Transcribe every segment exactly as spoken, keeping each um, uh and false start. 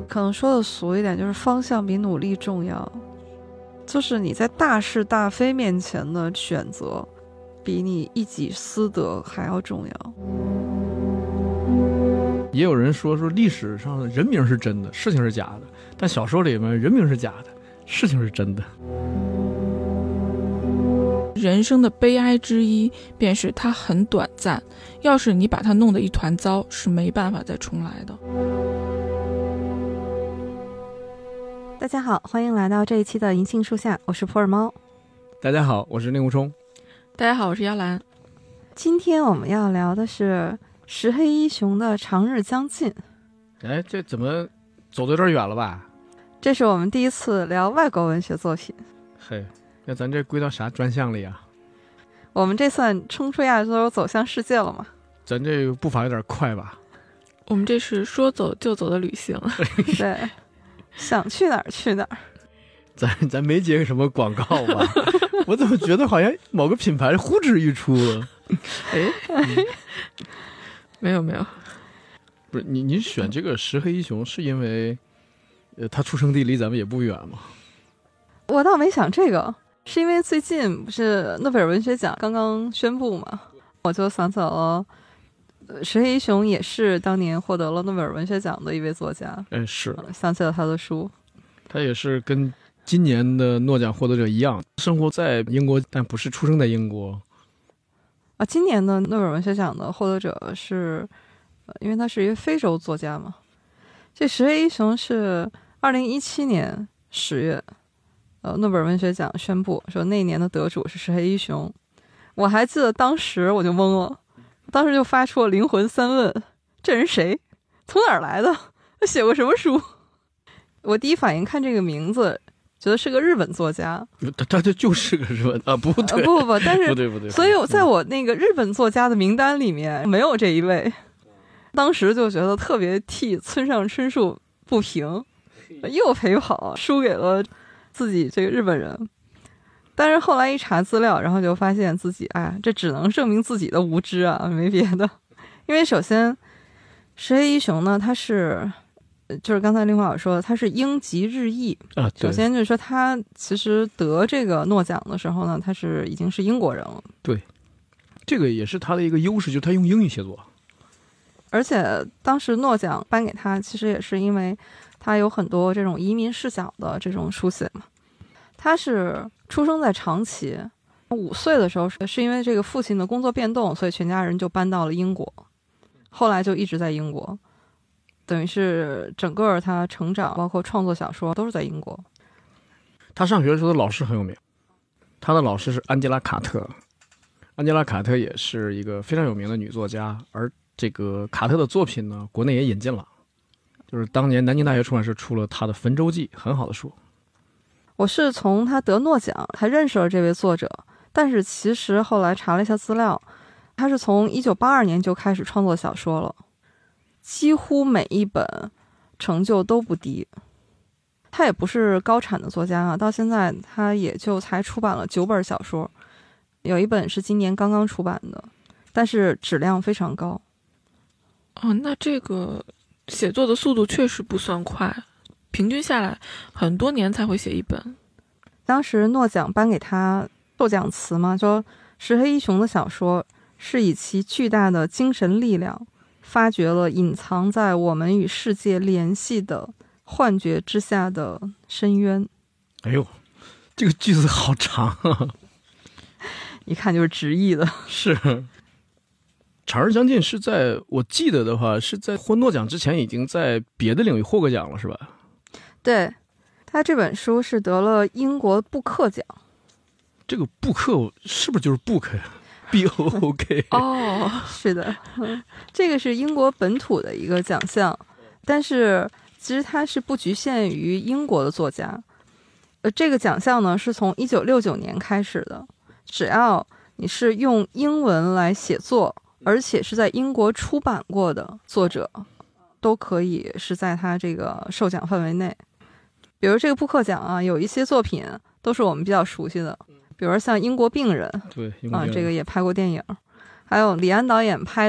可能说的俗一点，就是方向比努力重要。就是你在大是大非面前的选择，比你一己私德还要重要。 也有人说说历史上的人名是真的，事情是假的，但小说里面人名是假的，事情是真的。 人生的悲哀之一便是它很短暂，要是你把它弄得一团糟，是没办法再重来的。 大家好，欢迎来到这一期的银杏树下，我是普洱猫。 大家好，我是令狐冲。 大家好，我是姚兰。 今天我们要聊的是石黑一雄的《长日将近》。 哎，这怎么走得有点远了吧？ 这是我们第一次聊外国文学作品。 嘿，那咱这归到啥专项里啊？ 我们这算冲出亚洲走向世界了吗？ 咱这个步伐有点快吧？ 我们这是说走就走的旅行。 对，想去哪儿去哪儿。 咱咱没接个什么广告吧？我怎么觉得好像某个品牌呼之欲出了？ 哎、嗯，没有没有， 不是你你选这个石黑一雄是因为，呃，他出生地离咱们也不远嘛？ 我倒没想这个，是因为最近不是诺贝尔文学奖刚刚宣布嘛，我就想起了石黑一雄也是当年获得了诺贝尔文学奖的一位作家。 哎，是， 想起了他的书。 他也是跟今年的诺奖获得者一样，生活在英国，但不是出生在英国。 啊，今年的诺贝尔文学奖的获得者是，因为他是一位非洲作家嘛。这石黑一雄是二零一七年十月，呃，诺贝尔文学奖宣布说那一年的得主是石黑一雄。我还记得当时我就懵了，当时就发出了灵魂三问：这人谁？从哪儿来的？他写过什么书？我第一反应看这个名字，觉得是个日本作家。 他他就就是个日本啊，不对， 呃、不不不，但是不对不对， 所以我在我那个日本作家的名单里面没有这一位。当时就觉得特别替村上春树不平，又陪跑输给了自己这个日本人。但是后来一查资料，然后就发现自己哎，这只能证明自己的无知啊，没别的。因为首先石黑一雄呢，他是就是刚才令狐老师说的，他是英籍日裔啊。 首先就是说他其实得这个诺奖的时候呢，他是已经是英国人了。 对，这个也是他的一个优势，就是他用英语写作。 而且当时诺奖颁给他，其实也是因为他有很多这种移民视角的这种书写嘛。他是出生在长崎，五岁的时候是因为这个父亲的工作变动，所以全家人就搬到了英国，后来就一直在英国，等于是整个他成长包括创作小说都是在英国。 他上学的时候的老师很有名，他的老师是安吉拉·卡特。安吉拉·卡特也是一个非常有名的女作家，而这个卡特的作品呢，国内也引进了，就是当年南京大学出版社出了他的《焚舟记》，很好的书。 我是从他得诺奖才认识了这位作者，但是其实后来查了一下资料，他是从一九八二年就开始创作小说了，几乎每一本成就都不低。他也不是高产的作家啊，到现在他也就才出版了九本小说，有一本是今年刚刚出版的，但是质量非常高。 哦，那这个写作的速度确实不算快，平均下来很多年才会写一本。 当时诺奖颁给他授奖词嘛，说石黑一雄的小说是以其巨大的精神力量发掘了隐藏在我们与世界联系的幻觉之下的深渊。 哎呦，这个句子好长啊！ 一看就是直译的。 是。长日将近是在我记得的话，是在获诺奖之前已经在别的领域获过奖了，是吧？ 对，他这本书是得了英国布克奖。 这个布克是不是就是 book B O O K？ 哦，是的，这个是英国本土的一个奖项，但是其实它是不局限于英国的作家。呃，这个奖项呢是从一九六九年开始的，只要你是用英文来写作，而且是在英国出版过的作者，都可以是在他这个授奖范围内。比如这个布克奖啊，有一些作品都是我们比较熟悉的，比如像英国病人， 对，英国病人啊，这个也拍过电影，还有李安导演拍的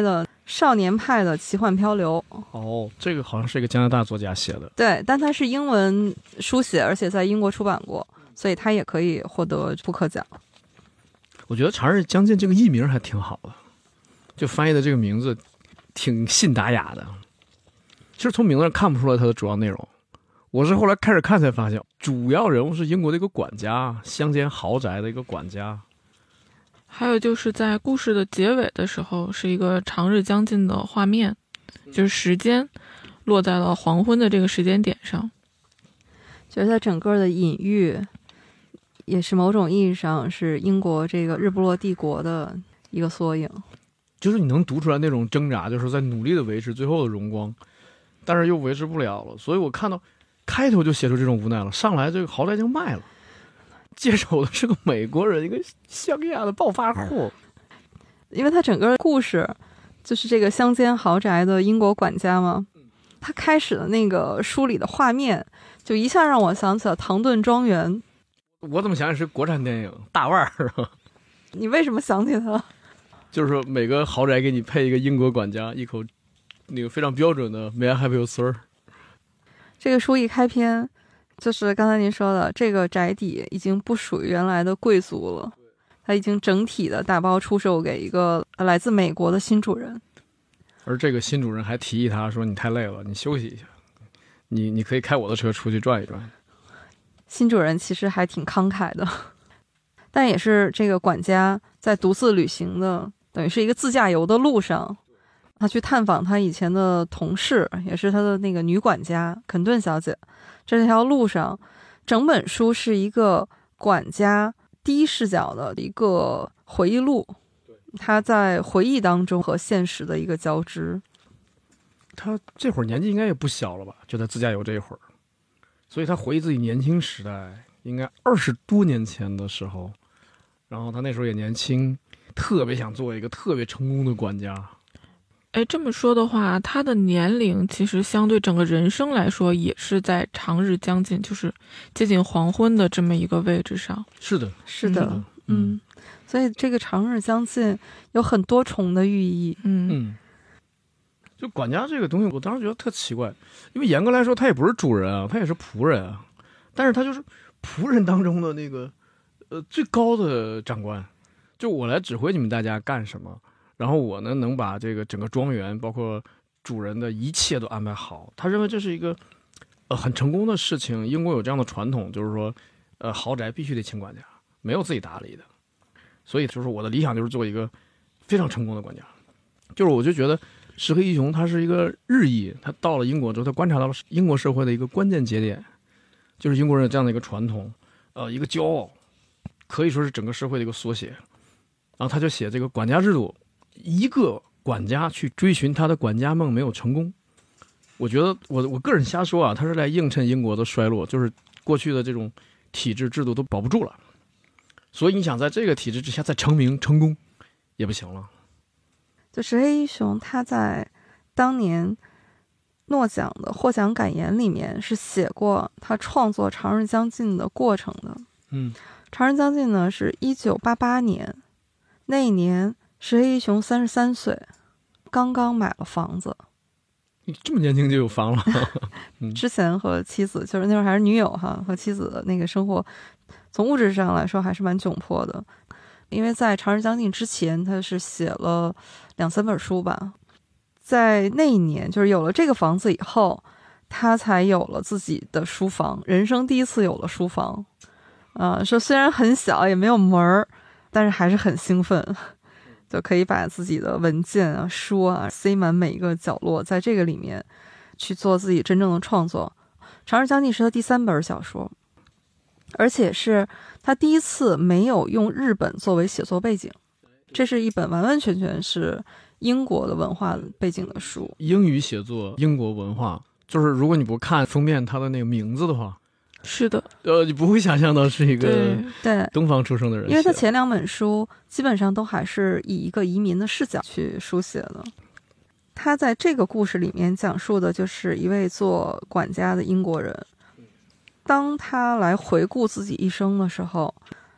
少年派的奇幻漂流》。 哦，这个好像是一个加拿大作家写的。 对，但它是英文书写，而且在英国出版过，所以它也可以获得布克奖。 我觉得《长日将近》这个译名还挺好的，就翻译的这个名字挺信达雅的。其实从名字上看不出来它的主要内容，我是后来开始看才发现，主要人物是英国的一个管家，乡间豪宅的一个管家。 还有就是在故事的结尾的时候，是一个长日将近的画面，就是时间落在了黄昏的这个时间点上。 觉得它整个的隐喻也是某种意义上是英国这个日不落帝国的一个缩影， 就是你能读出来那种挣扎，就是在努力的维持最后的荣光，但是又维持不了了。所以我看到开头就写出这种无奈了，上来这个豪宅已经卖了，接手的是个美国人，一个乡下的暴发户。 因为他整个故事就是这个乡间豪宅的英国管家嘛，他开始的那个书里的画面就一下让我想起了唐顿庄园。 我怎么想起是国产电影大腕儿？ 你为什么想起他？ 就是说每个豪宅给你配一个英国管家，一口那个非常标准的 May I have your sir。 这个书一开篇就是刚才您说的，这个宅邸已经不属于原来的贵族了，它已经整体的打包出售给一个来自美国的新主人。 而这个新主人还提议他说，你太累了，你休息一下，你你可以开我的车出去转一转。 新主人其实还挺慷慨的，但也是这个管家在独自旅行的，等于是一个自驾游的路上，他去探访他以前的同事，也是他的那个女管家肯顿小姐。这条路上，整本书是一个管家第一视角的一个回忆录，他在回忆当中和现实的一个交织。 他这会儿年纪应该也不小了吧，就在自驾游这一会儿，所以他回忆自己年轻时代，应该二十多年前的时候，然后他那时候也年轻，特别想做一个特别成功的管家。 哎，这么说的话，他的年龄其实相对整个人生来说，也是在长日将近，就是接近黄昏的这么一个位置上。 是的， 是的， 嗯， 嗯，所以这个长日将近有很多重的寓意。 嗯嗯，就管家这个东西，我当时觉得特奇怪，因为严格来说，他也不是主人啊，他也是仆人啊，但是他就是仆人当中的那个呃最高的长官，就我来指挥你们大家干什么。然后我呢，能把这个整个庄园，包括主人的一切都安排好。他认为这是一个，呃，很成功的事情。英国有这样的传统，就是说，呃，豪宅必须得请管家，没有自己打理的。所以就是我的理想就是做一个非常成功的管家。就是我就觉得石黑一雄他是一个日裔，他到了英国之后，他观察到了英国社会的一个关键节点，就是英国人有这样的一个传统，呃，一个骄傲，可以说是整个社会的一个缩写。然后他就写这个管家制度。一个管家去追寻他的管家梦没有成功，我觉得我我个人瞎说啊，他是来映衬英国的衰落，就是过去的这种体制制度都保不住了，所以你想在这个体制之下再成名成功也不行了。 就石黑一雄他在当年诺奖的获奖感言里面是写过他创作《长日将近》的过程的。 嗯，《 长日将近》呢是一九八八年，那一年石黑一雄三十三岁，刚刚买了房子。 你这么年轻就有房了？ 嗯、之前和妻子，就是那时候还是女友哈，和妻子的那个生活，从物质上来说还是蛮窘迫的。因为在《长日将近》之前，他是写了两三本书吧。在那一年，就是有了这个房子以后，他才有了自己的书房，人生第一次有了书房。啊、呃，说虽然很小，也没有门儿，但是还是很兴奋。就可以把自己的文件啊、书啊塞满每一个角落，在这个里面去做自己真正的创作。《长日将近》是他第三本小说，而且是他第一次没有用日本作为写作背景，这是一本完完全全是英国的文化背景的书。 英语写作，英国文化，就是如果你不看封面它的那个名字的话， 是的， 呃，你不会想象到是一个对东方出生的人， 因为他前两本书基本上都还是以一个移民的视角去书写的。他在这个故事里面讲述的就是一位做管家的英国人，当他来回顾自己一生的时候，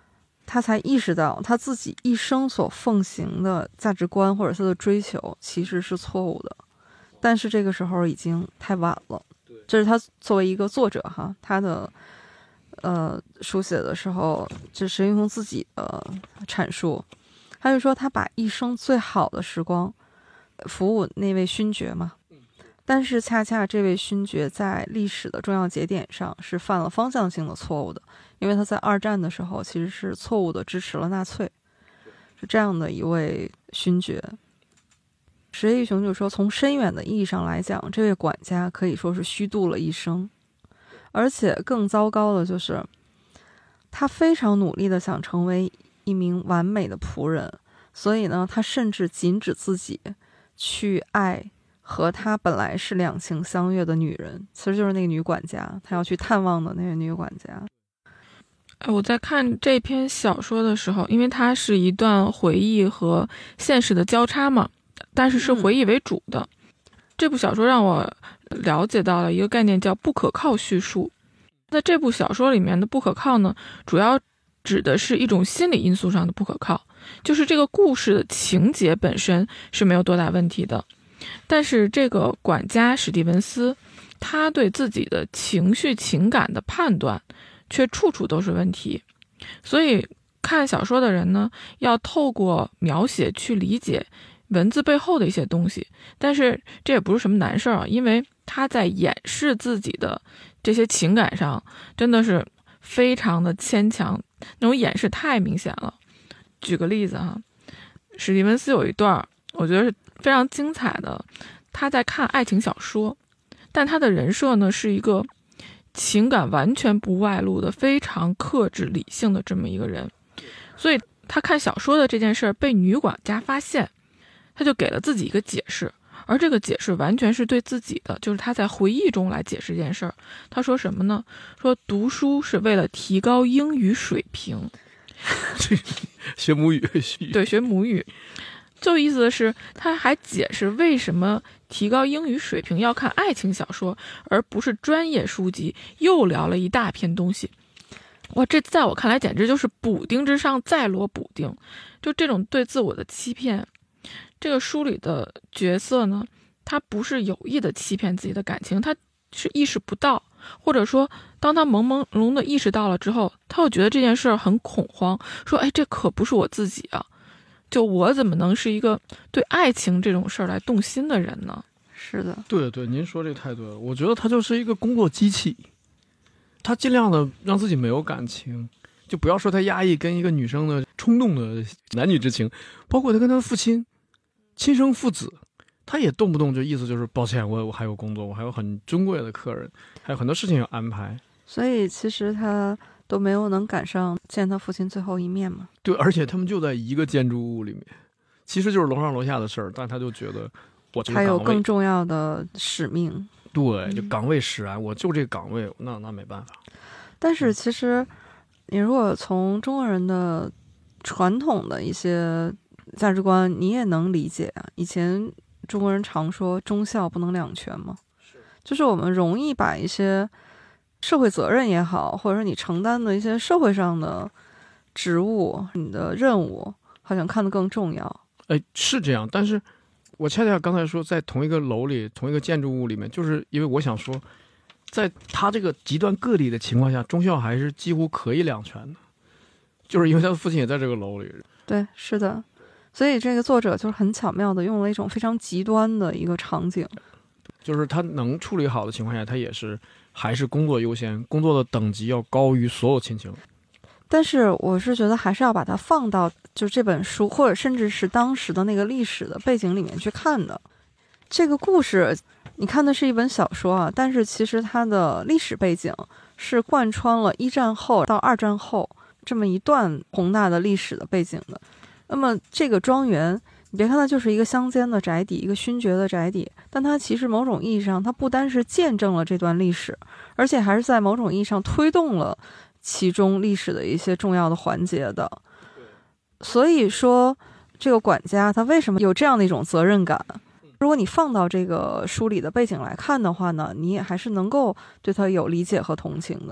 他才意识到他自己一生所奉行的价值观或者他的追求其实是错误的，但是这个时候已经太晚了。这是他作为一个作者哈，他的呃书写的时候，这是用自己的阐述。他就说他把一生最好的时光服务那位勋爵嘛，但是恰恰这位勋爵在历史的重要节点上是犯了方向性的错误的，因为他在二战的时候其实是错误的支持了纳粹，是这样的一位勋爵。石黑一雄就说，从深远的意义上来讲，这位管家可以说是虚度了一生，而且更糟糕的就是他非常努力的想成为一名完美的仆人，所以呢，他甚至禁止自己去爱和他本来是两情相悦的女人，其实就是那个女管家，他要去探望的那个女管家。 我在看这篇小说的时候，因为它是一段回忆和现实的交叉嘛，但是是回忆为主的。嗯、这部小说让我了解到了一个概念，叫不可靠叙述。在这部小说里面的不可靠呢，主要指的是一种心理因素上的不可靠，就是这个故事的情节本身是没有多大问题的，但是这个管家史蒂文斯，他对自己的情绪情感的判断却处处都是问题。所以看小说的人呢，要透过描写去理解文字背后的一些东西，但是这也不是什么难事儿啊，因为他在掩饰自己的这些情感上真的是非常的牵强，那种掩饰太明显了。举个例子哈，史蒂文斯有一段我觉得是非常精彩的，他在看爱情小说，但他的人设呢是一个情感完全不外露的非常克制理性的这么一个人，所以他看小说的这件事被女管家发现，他就给了自己一个解释，而这个解释完全是对自己的，就是他在回忆中来解释这件事儿。他说什么呢？说读书是为了提高英语水平， 学母语， 对，学母语。最有意思的是，他还解释为什么提高英语水平要看爱情小说，而不是专业书籍，又聊了一大篇东西。哇，这在我看来简直就是补丁之上再落补丁，就这种对自我的欺骗。这个书里的角色呢，他不是有意的欺骗自己的感情，他是意识不到，或者说当他朦朦胧的意识到了之后，他又觉得这件事很恐慌，说哎，这可不是我自己啊，就我怎么能是一个对爱情这种事儿来动心的人呢？ 是的， 对对，您说这太对了。我觉得他就是一个工作机器，他尽量的让自己没有感情，就不要说他压抑跟一个女生的冲动的男女之情，包括他跟他的父亲亲生父子，他也动不动就意思就是抱歉，我我还有工作，我还有很尊贵的客人，还有很多事情要安排， 所以其实他都没有能赶上见他父亲最后一面嘛。 对，而且他们就在一个建筑物里面，其实就是楼上楼下的事儿，但他就觉得我这个还有岗位更重要的使命。 对，就岗位使然，我就这个岗位，那那没办法。 但是其实你如果从中国人的传统的一些价值观，你也能理解啊。以前中国人常说忠孝不能两全嘛，就是我们容易把一些社会责任也好，或者说你承担的一些社会上的职务，你的任务好像看得更重要。 哎，是这样，但是我恰恰刚才说在同一个楼里，同一个建筑物里面，就是因为我想说，在他这个极端个例的情况下，忠孝还是几乎可以两全的，就是因为他的父亲也在这个楼里。 对，是的。所以这个作者就是很巧妙的用了一种非常极端的一个场景， 就是他能处理好的情况下，他也是还是工作优先，工作的等级要高于所有亲情。 但是我是觉得还是要把它放到就这本书或者甚至是当时的那个历史的背景里面去看的。这个故事你看的是一本小说啊，但是其实它的历史背景是贯穿了一战后到二战后这么一段宏大的历史的背景的。那么这个庄园你别看它就是一个乡间的宅邸，一个勋爵的宅邸，但它其实某种意义上它不单是见证了这段历史，而且还是在某种意义上推动了其中历史的一些重要的环节的。所以说这个管家他为什么有这样的一种责任感，如果你放到这个书里的背景来看的话呢，你也还是能够对他有理解和同情的。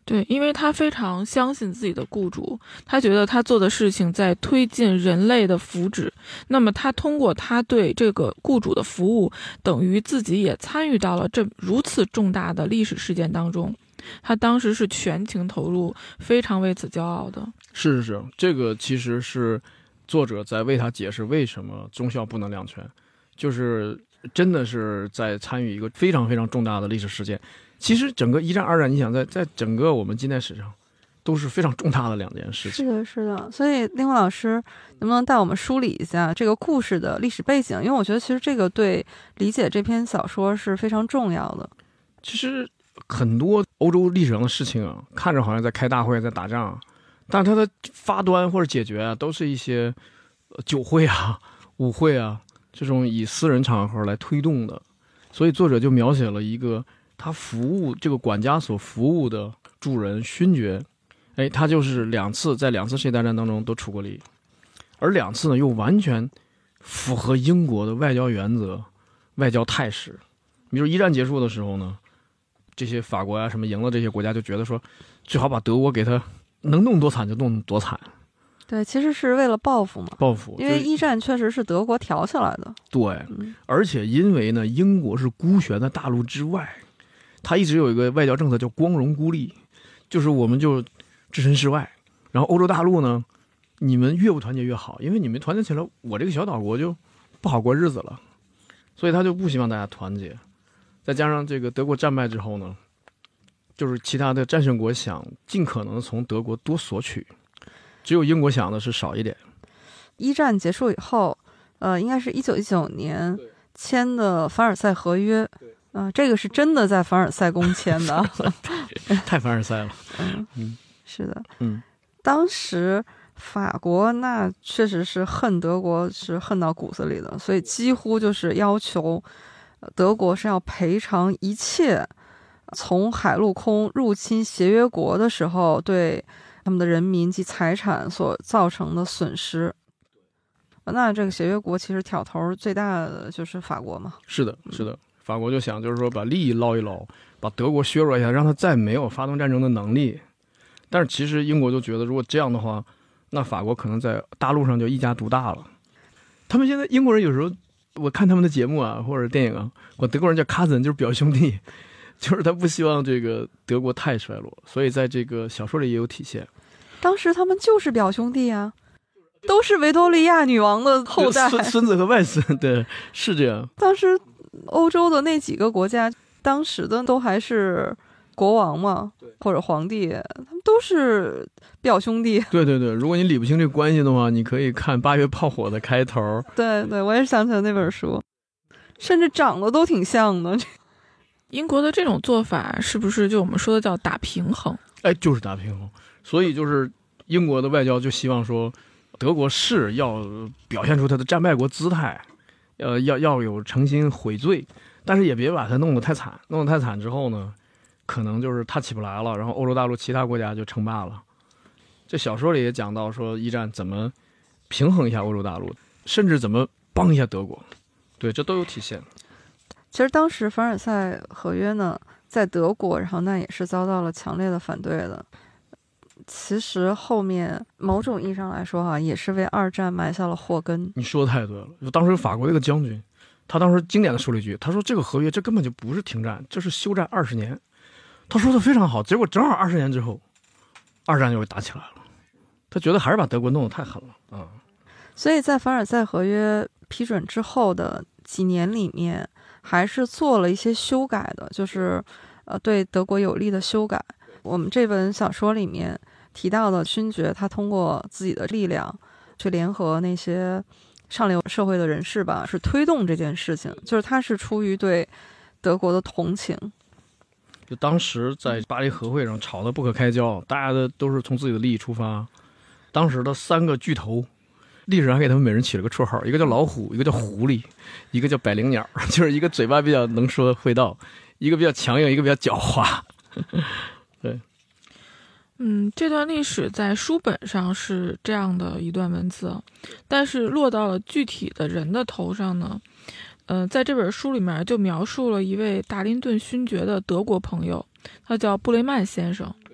对，因为他非常相信自己的雇主，他觉得他做的事情在推进人类的福祉，那么他通过他对这个雇主的服务，等于自己也参与到了这如此重大的历史事件当中，他当时是全情投入，非常为此骄傲的。 是是是，这个其实是作者在为他解释为什么中校不能两全，就是真的是在参与一个非常非常重大的历史事件。其实整个一战二战，你想在在整个我们近代史上都是非常重大的两件事情。 是的，是的。所以丁文老师能不能带我们梳理一下这个故事的历史背景？因为我觉得其实这个对理解这篇小说是非常重要的。 其实很多欧洲历史上的事情啊，看着好像在开大会在打仗，但是它的发端或者解决啊，都是一些酒会啊、舞会啊这种以私人场合来推动的。所以作者就描写了一个他服务这个管家所服务的主人勋爵，哎，他就是两次在两次世界大战当中都出过力，而两次呢又完全符合英国的外交原则、外交态势。比如一战结束的时候呢，这些法国呀、啊、什么赢了这些国家就觉得说，最好把德国给他能弄多惨就弄多惨。 对，其实是为了报复嘛， 报复， 因为一战确实是德国挑起来的。 对、嗯，而且因为呢，英国是孤悬在大陆之外，他一直有一个外交政策叫光荣孤立，就是我们就置身事外。然后欧洲大陆呢，你们越不团结越好，因为你们团结起来，我这个小岛国就不好过日子了，所以他就不希望大家团结。再加上这个德国战败之后呢，就是其他的战胜国想尽可能从德国多索取，只有英国想的是少一点。 一战结束以后，呃，应该是一九一九年签的凡尔赛合约，啊、呃，这个是真的在凡尔赛宫签的， 太凡尔赛了。 嗯， 嗯是的， 嗯， 当时法国那确实是恨德国是恨到骨子里的，所以几乎就是要求德国是要赔偿一切从海陆空入侵协约国的时候对他们的人民及财产所造成的损失。那这个协约国其实挑头最大的就是法国嘛。 是的，是的，法国就想就是说把利益捞一捞，把德国削弱一下，让他再没有发动战争的能力。但是其实英国就觉得，如果这样的话，那法国可能在大陆上就一家独大了。他们现在英国人有时候我看他们的节目啊或者电影啊，管德国人叫 cousin， 就是表兄弟，就是他不希望这个德国太衰落，所以在这个小说里也有体现。 当时他们就是表兄弟啊，都是维多利亚女王的后代， 孙孙子和外孙，对，是这样。 当时欧洲的那几个国家，当时的都还是国王嘛，或者皇帝，他们都是表兄弟。 对对对，如果你理不清这个关系的话，你可以看《八月炮火》的开头。 对对，我也想起了那本书，甚至长得都挺像的。 英国的这种做法是不是就我们说的叫打平衡？ 哎，就是打平衡。所以就是英国的外交就希望说，德国是要表现出他的战败国姿态，呃，要要有诚心悔罪，但是也别把他弄得太惨，弄得太惨之后呢，可能就是他起不来了，然后欧洲大陆其他国家就称霸了。这小说里也讲到说，一战怎么平衡一下欧洲大陆，甚至怎么帮一下德国，对，这都有体现。 其实当时凡尔赛合约呢，在德国，然后那也是遭到了强烈的反对的。其实后面某种意义上来说哈、啊，也是为二战埋下了祸根。 你说的太对了，就当时法国那个将军，他当时经典的说了一句，他说这个合约这根本就不是停战，这是休战二十年。他说的非常好，结果正好二十年之后，二战就会打起来了。他觉得还是把德国弄得太狠了啊、嗯。 所以在凡尔赛合约批准之后的几年里面，还是做了一些修改的，就是呃对德国有利的修改。我们这本小说里面提到的勋爵，他通过自己的力量去联合那些上流社会的人士吧，是推动这件事情，就是他是出于对德国的同情。 就当时在巴黎和会上吵得不可开交，大家的都是从自己的利益出发。当时的三个巨头，历史上给他们每人起了个绰号，一个叫老虎，一个叫狐狸，一个叫百灵鸟，就是一个嘴巴比较能说会道，一个比较强硬，一个比较狡猾。对， 嗯，这段历史在书本上是这样的一段文字，但是落到了具体的人的头上呢，呃，在这本书里面就描述了一位达林顿勋爵的德国朋友，他叫布雷曼先生。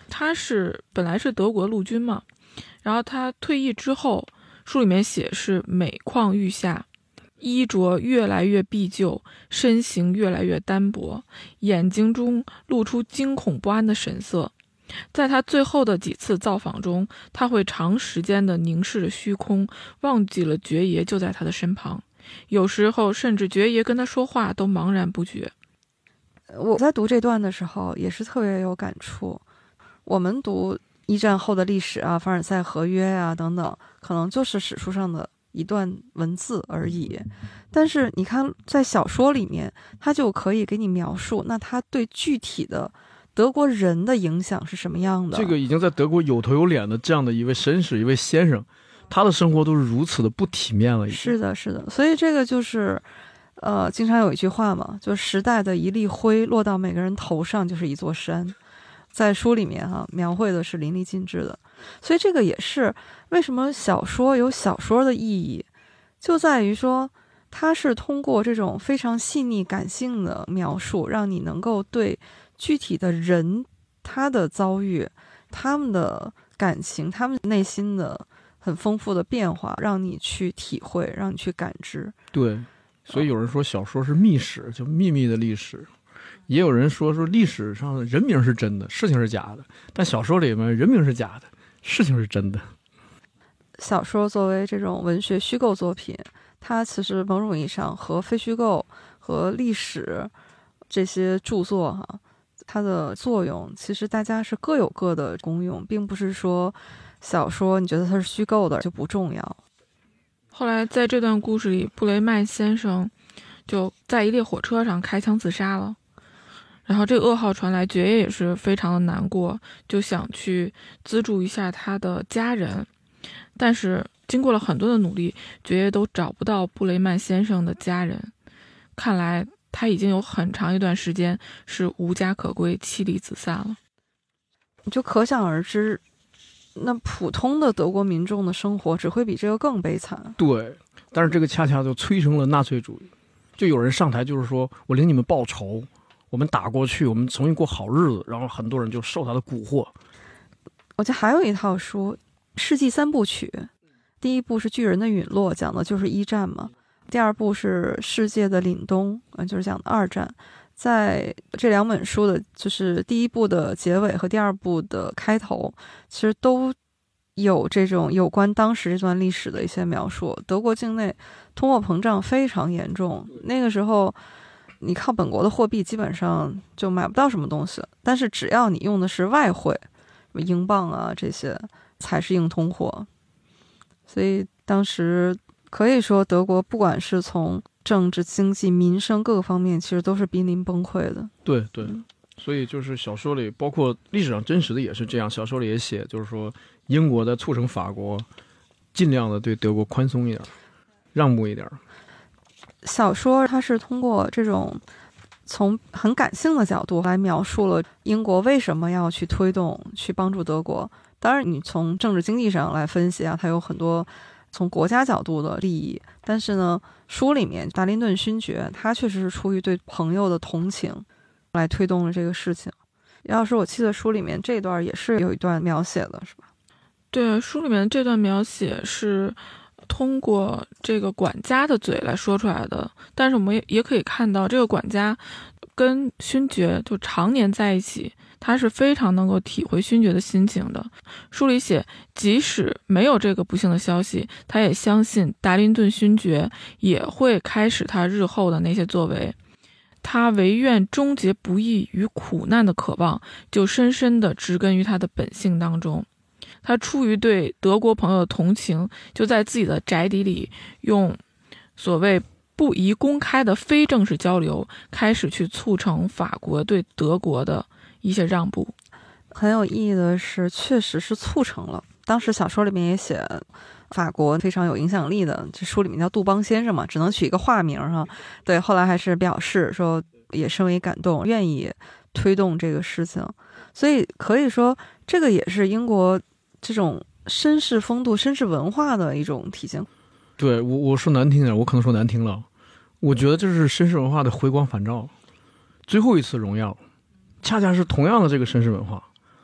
他是本来是德国陆军嘛，然后他退役之后，书里面写是每况愈下，衣着越来越敝旧，身形越来越单薄，眼睛中露出惊恐不安的神色。在他最后的几次造访中，他会长时间地凝视着虚空，忘记了爵爷就在他的身旁，有时候甚至爵爷跟他说话都茫然不觉。 我在读这段的时候也是特别有感触。我们读一战后的历史啊，凡尔赛合约啊等等，可能就是史书上的一段文字而已，但是你看在小说里面，他就可以给你描述那他对具体的德国人的影响是什么样的。 这个已经在德国有头有脸的这样的一位绅士，一位先生，他的生活都是如此的不体面了。 是的是的，所以这个就是呃，经常有一句话嘛，就时代的一粒灰落到每个人头上就是一座山，在书里面哈、啊、描绘的是淋漓尽致的。所以这个也是为什么小说有小说的意义，就在于说它是通过这种非常细腻感性的描述，让你能够对具体的人他的遭遇，他们的感情，他们内心的很丰富的变化，让你去体会，让你去感知。 对，所以有人说小说是秘史，就秘密的历史。也有人说说历史上的人名是真的，事情是假的，但小说里面人名是假的，事情是真的。 小说作为这种文学虚构作品，它其实某种意义上和非虚构和历史这些著作哈、啊，它的作用其实大家是各有各的功用，并不是说小说你觉得它是虚构的就不重要。 后来在这段故事里，布雷曼先生就在一列火车上开枪自杀了。然后这个噩耗传来，爵爷也是非常的难过，就想去资助一下他的家人。但是经过了很多的努力，爵爷都找不到布雷曼先生的家人。看来他已经有很长一段时间是无家可归，妻离子散了。 你就可想而知，那普通的德国民众的生活只会比这个更悲惨。 对，但是这个恰恰就催生了纳粹主义。就有人上台就是说，我领你们报仇，我们打过去，我们重新过好日子，然后很多人就受他的蛊惑。 我记得还有一套书，世纪三部曲，第一部是巨人的陨落，讲的就是一战嘛，第二部是世界的凛冬，就是讲的二战。在这两本书的就是第一部的结尾和第二部的开头，其实都有这种有关当时这段历史的一些描述。德国境内通货膨胀非常严重，那个时候你靠本国的货币基本上就买不到什么东西，但是只要你用的是外汇，什么英镑啊这些才是硬通货。所以当时可以说德国不管是从政治经济民生各个方面其实都是濒临崩溃的。 对对，所以就是小说里包括历史上真实的也是这样，小说里也写就是说英国在促成法国尽量的对德国宽松一点，让步一点。 小说它是通过这种从很感性的角度来描述了英国为什么要去推动去帮助德国。当然你从政治经济上来分析啊，它有很多从国家角度的利益，但是呢书里面达林顿勋爵他确实是出于对朋友的同情来推动了这个事情。要是我记得书里面这段也是有一段描写的是吧？ 对，书里面这段描写是通过这个管家的嘴来说出来的，但是我们也可以看到这个管家跟勋爵就常年在一起，他是非常能够体会勋爵的心情的。书里写，即使没有这个不幸的消息，他也相信达林顿勋爵也会开始他日后的那些作为。他唯愿终结不义与苦难的渴望，就深深地植根于他的本性当中。他出于对德国朋友的同情，就在自己的宅邸里用所谓不宜公开的非正式交流，开始去促成法国对德国的一些让步。 很有意义的是，确实是促成了。当时小说里面也写，法国非常有影响力的，这书里面叫杜邦先生嘛，只能取一个化名哈。对，后来还是表示说也深为感动，愿意推动这个事情。所以可以说，这个也是英国这种绅士风度、绅士文化的一种体现。 对，我我说难听点，我可能说难听了，我觉得这是绅士文化的回光返照。最后一次荣耀，恰恰是同样的这个绅士文化，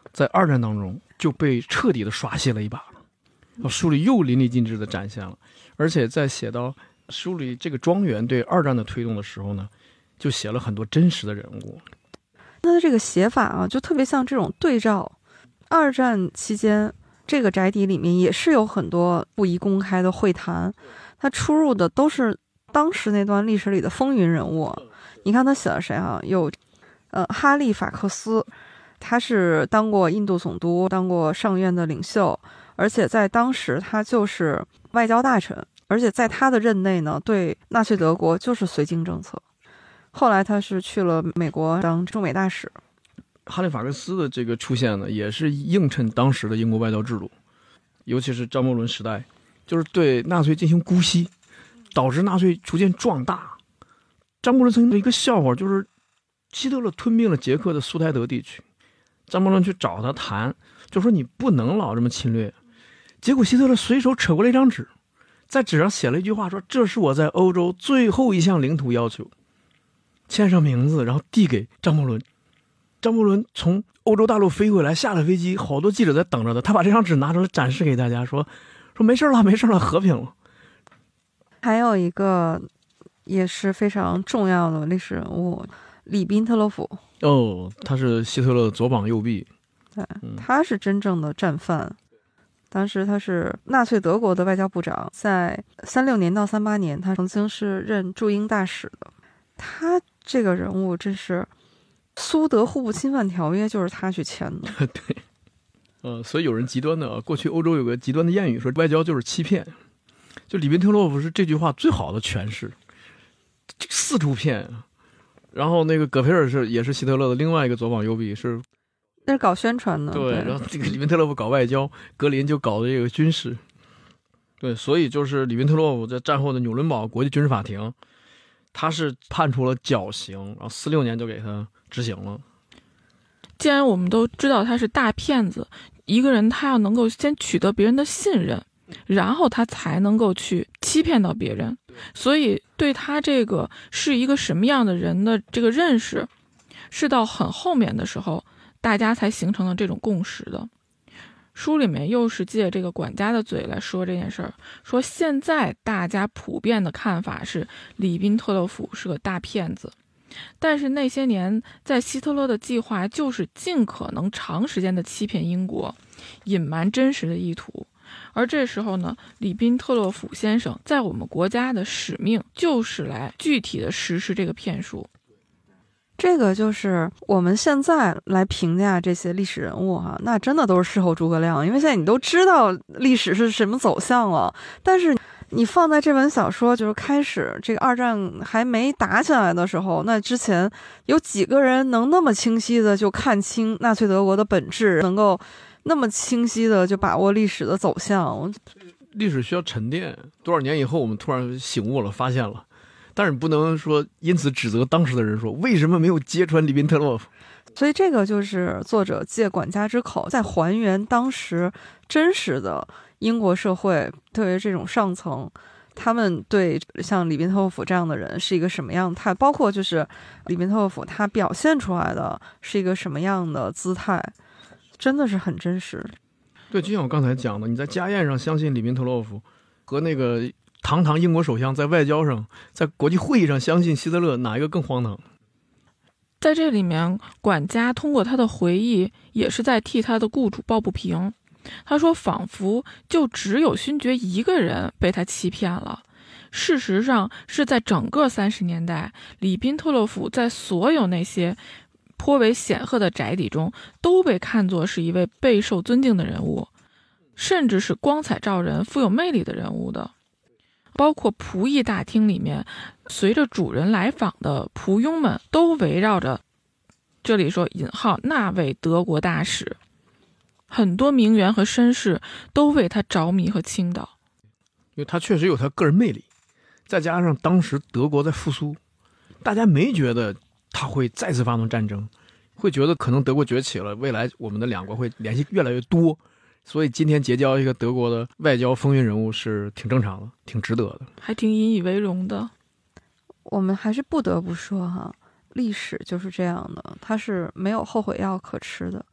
在二战当中就被彻底的刷新了一把，书里又淋漓尽致的展现了。而且在写到书里这个庄园对二战的推动的时候呢，就写了很多真实的人物。 那这个写法啊，就特别像这种对照。二战期间，这个宅邸里面也是有很多不宜公开的会谈，它出入的都是当时那段历史里的风云人物。你看他写了谁啊？有呃哈利法克斯，他是当过印度总督，当过上院的领袖，而且在当时他就是外交大臣，而且在他的任内呢，对纳粹德国就是绥靖政策。后来他是去了美国当驻美大使。 哈利法克斯的这个出现呢，也是映衬当时的英国外交制度，尤其是张伯伦时代，就是对纳粹进行姑息，导致纳粹逐渐壮大。张伯伦曾经的一个笑话就是，希特勒吞并了捷克的苏台德地区，张伯伦去找他谈，就说你不能老这么侵略。结果希特勒随手扯过来一张纸，在纸上写了一句话，说这是我在欧洲最后一项领土要求，签上名字，然后递给张伯伦。张伯伦从欧洲大陆飞回来，下了飞机，好多记者在等着他，他把这张纸拿出来展示给大家，说说没事了，没事了，和平了。 还有一个也是非常重要的历史人物，里宾特洛甫。 哦，他是希特勒的左膀右臂。 对，他是真正的战犯。当时他是纳粹德国的外交部长，在三六年到三八年，他曾经是任驻英大使的。他这个人物真是苏德互不侵犯条约就是他去签的。 对，呃，所以有人极端的，过去欧洲有个极端的谚语说外交就是欺骗，就里宾特洛甫是这句话最好的诠释，四处骗。然后那个葛培尔是也是希特勒的另外一个左膀右臂，是那是搞宣传的。 对， 对， 然后这个里宾特洛甫搞外交，格林就搞这个军事。对，所以就是里宾特洛甫在战后的纽伦堡国际军事法庭，他是判处了绞刑，然后四六年就给他执行了。 既然我们都知道他是大骗子，一个人他要能够先取得别人的信任，然后他才能够去欺骗到别人，所以对他这个是一个什么样的人的这个认识，是到很后面的时候大家才形成了这种共识的。书里面又是借这个管家的嘴来说这件事儿，说现在大家普遍的看法是里宾特洛甫是个大骗子，但是那些年在希特勒的计划就是尽可能长时间的欺骗英国，隐瞒真实的意图。而这时候呢，里宾特洛甫先生在我们国家的使命就是来具体的实施这个骗术。 这个就是我们现在来评价这些历史人物哈，那真的都是事后诸葛亮，因为现在你都知道历史是什么走向了。但是你放在这本小说，就是开始这个二战还没打起来的时候，那之前有几个人能那么清晰的就看清纳粹德国的本质，能够那么清晰的就把握历史的走向？ 历史需要沉淀，多少年以后我们突然醒悟了，发现了。但是你不能说因此指责当时的人说为什么没有揭穿里宾特洛甫。 所以这个就是作者借管家之口在还原当时真实的英国社会，对于这种上层他们对像里宾特洛甫这样的人是一个什么样的态，包括就是里宾特洛甫他表现出来的是一个什么样的姿态，真的是很真实。 对，就像我刚才讲的，你在家宴上相信里宾特洛甫，和那个堂堂英国首相在外交上，在国际会议上相信希特勒，哪一个更荒唐？ 在这里面，管家通过他的回忆也是在替他的雇主抱不平。他说仿佛就只有勋爵一个人被他欺骗了，事实上是在整个三十年代，里宾特洛甫在所有那些颇为显赫的宅邸中都被看作是一位备受尊敬的人物，甚至是光彩照人、富有魅力的人物的。包括仆役大厅里面，随着主人来访的仆佣们都围绕着这里说引号那位德国大使，很多名媛和绅士都为他着迷和倾倒， 因为他确实有他个人魅力，再加上当时德国在复苏，大家没觉得他会再次发动战争，会觉得可能德国崛起了，未来我们的两国会联系越来越多，所以今天结交一个德国的外交风云人物是挺正常的，挺值得的， 还挺引以为荣的。 我们还是不得不说哈，历史就是这样的，它是没有后悔药可吃的。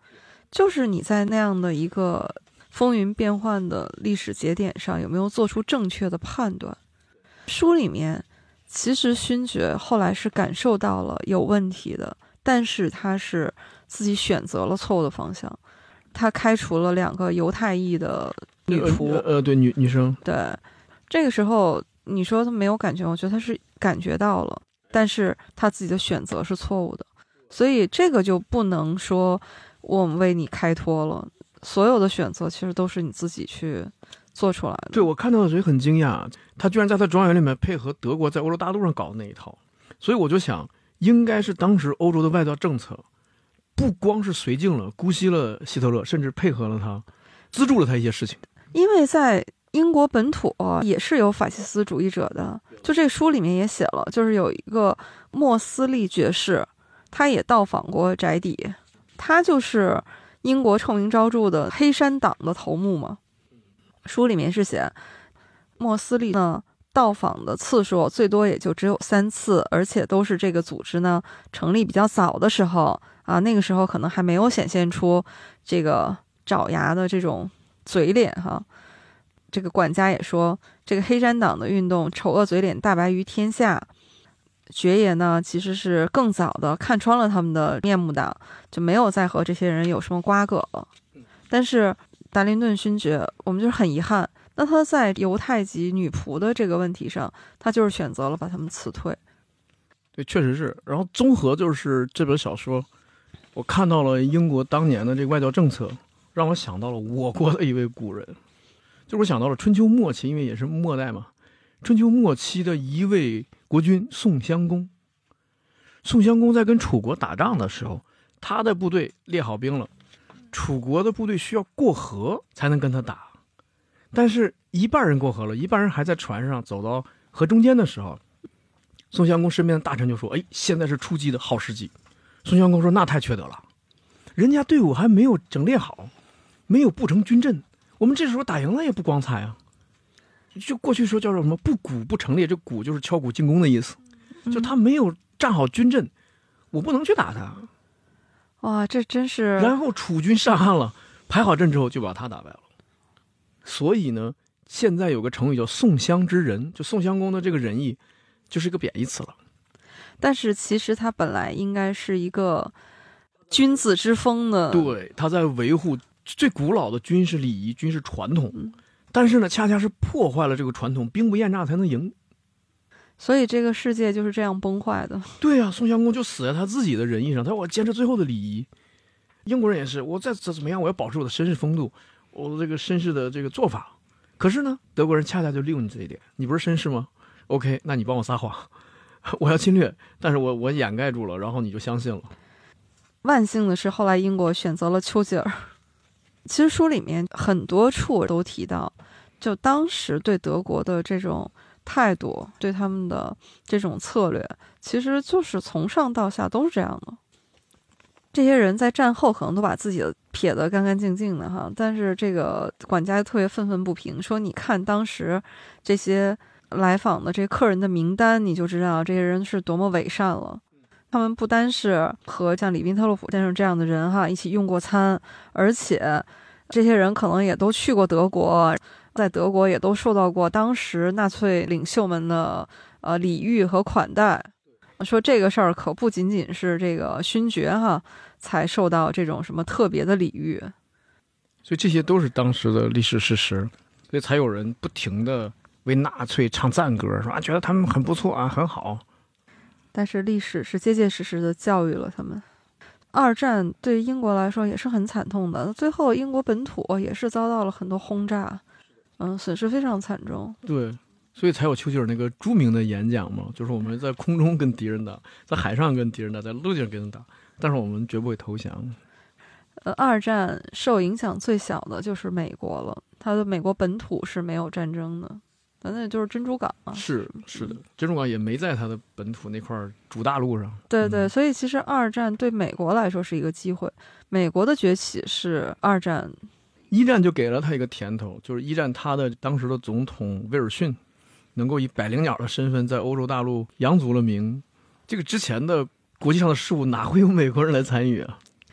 就是你在那样的一个风云变幻的历史节点上，有没有做出正确的判断？书里面其实勋爵后来是感受到了有问题的，但是他是自己选择了错误的方向，他开除了两个犹太裔的女仆， 呃呃，对，女女生， 对，这个时候你说他没有感觉，我觉得他是感觉到了，但是他自己的选择是错误的，所以这个就不能说我们为你开脱了，所有的选择其实都是你自己去做出来的。 对，我看到的时候也很惊讶，他居然在他庄园里面配合德国在欧洲大陆上搞的那一套，所以我就想，应该是当时欧洲的外交政策不光是绥靖了、姑息了希特勒，甚至配合了他，资助了他一些事情。 因为在英国本土也是有法西斯主义者的，就这书里面也写了，就是有一个莫斯利爵士，他也到访过宅邸，他就是英国臭名昭著的黑山党的头目嘛。书里面是写莫斯利呢到访的次数最多也就只有三次，而且都是这个组织呢成立比较早的时候啊，那个时候可能还没有显现出这个爪牙的这种嘴脸哈。这个管家也说，这个黑山党的运动丑恶嘴脸大白于天下，爵爷呢其实是更早的看穿了他们的面目的，就没有再和这些人有什么瓜葛了。但是达林顿勋爵，我们就是很遗憾，那他在犹太籍女仆的这个问题上，他就是选择了把他们辞退。 对，确实是。然后综合就是这本小说，我看到了英国当年的这个外交政策，让我想到了我国的一位古人，就是我想到了春秋末期，因为也是末代嘛，春秋末期的一位国君宋襄公。宋襄公在跟楚国打仗的时候，他的部队列好兵了，楚国的部队需要过河才能跟他打，但是一半人过河了，一半人还在船上，走到河中间的时候，宋襄公身边的大臣就说：“哎，现在是出击的好时机。”宋襄公说：“那太缺德了，人家队伍还没有整列好，没有布成军阵，我们这时候打赢了也不光彩啊。”就过去说叫做什么不鼓不成列，这鼓就是敲鼓进攻的意思，就他没有站好军阵，我不能去打他。 哇，这真是。 然后楚军上岸了，排好阵之后就把他打败了。所以呢，现在有个成语叫宋襄之仁，就宋襄公的这个仁义就是一个贬义词了。 但是其实他本来应该是一个君子之风的， 对，他在维护最古老的军事礼仪、军事传统，嗯、但是呢，恰恰是破坏了这个传统，兵不厌诈才能赢。 所以这个世界就是这样崩坏的。 对啊，宋襄公就死在他自己的仁义上，他说我坚持最后的礼仪。英国人也是，我再怎么样，我要保持我的绅士风度，我的这个绅士的这个做法。可是呢，德国人恰恰就利用你这一点，你不是绅士吗 ？OK， 那你帮我撒谎，我要侵略，但是我我掩盖住了，然后你就相信了。 万幸的是，后来英国选择了丘吉尔。其实书里面很多处都提到，就当时对德国的这种态度，对他们的这种策略，其实就是从上到下都是这样的。这些人在战后可能都把自己的撇得干干净净的哈，但是这个管家特别愤愤不平，说你看当时这些来访的这些客人的名单，你就知道这些人是多么伪善了。他们不单是和像里宾特洛甫先生这样的人哈一起用过餐，而且这些人可能也都去过德国，在德国也都受到过当时纳粹领袖们的呃礼遇和款待。说这个事儿可不仅仅是这个勋爵哈才受到这种什么特别的礼遇， 所以这些都是当时的历史事实，所以才有人不停的为纳粹唱赞歌，说啊觉得他们很不错啊，很好。 但是历史是结结实实的教育了他们。二战对英国来说也是很惨痛的，最后英国本土也是遭到了很多轰炸，嗯，损失非常惨重。 对，所以才有丘吉尔那个著名的演讲嘛，就是我们在空中跟敌人打，在海上跟敌人打，在陆地上跟人打，但是我们绝不会投降。 呃，二战受影响最小的就是美国了，它的美国本土是没有战争的，反正就是珍珠港啊。 是是的，珍珠港也没在它的本土那块主大陆上。 对对，所以其实二战对美国来说是一个机会，美国的崛起是二战。 一战就给了他一个甜头，就是一战他的当时的总统威尔逊能够以百灵鸟的身份在欧洲大陆扬足了名，这个之前的国际上的事务哪会有美国人来参与啊？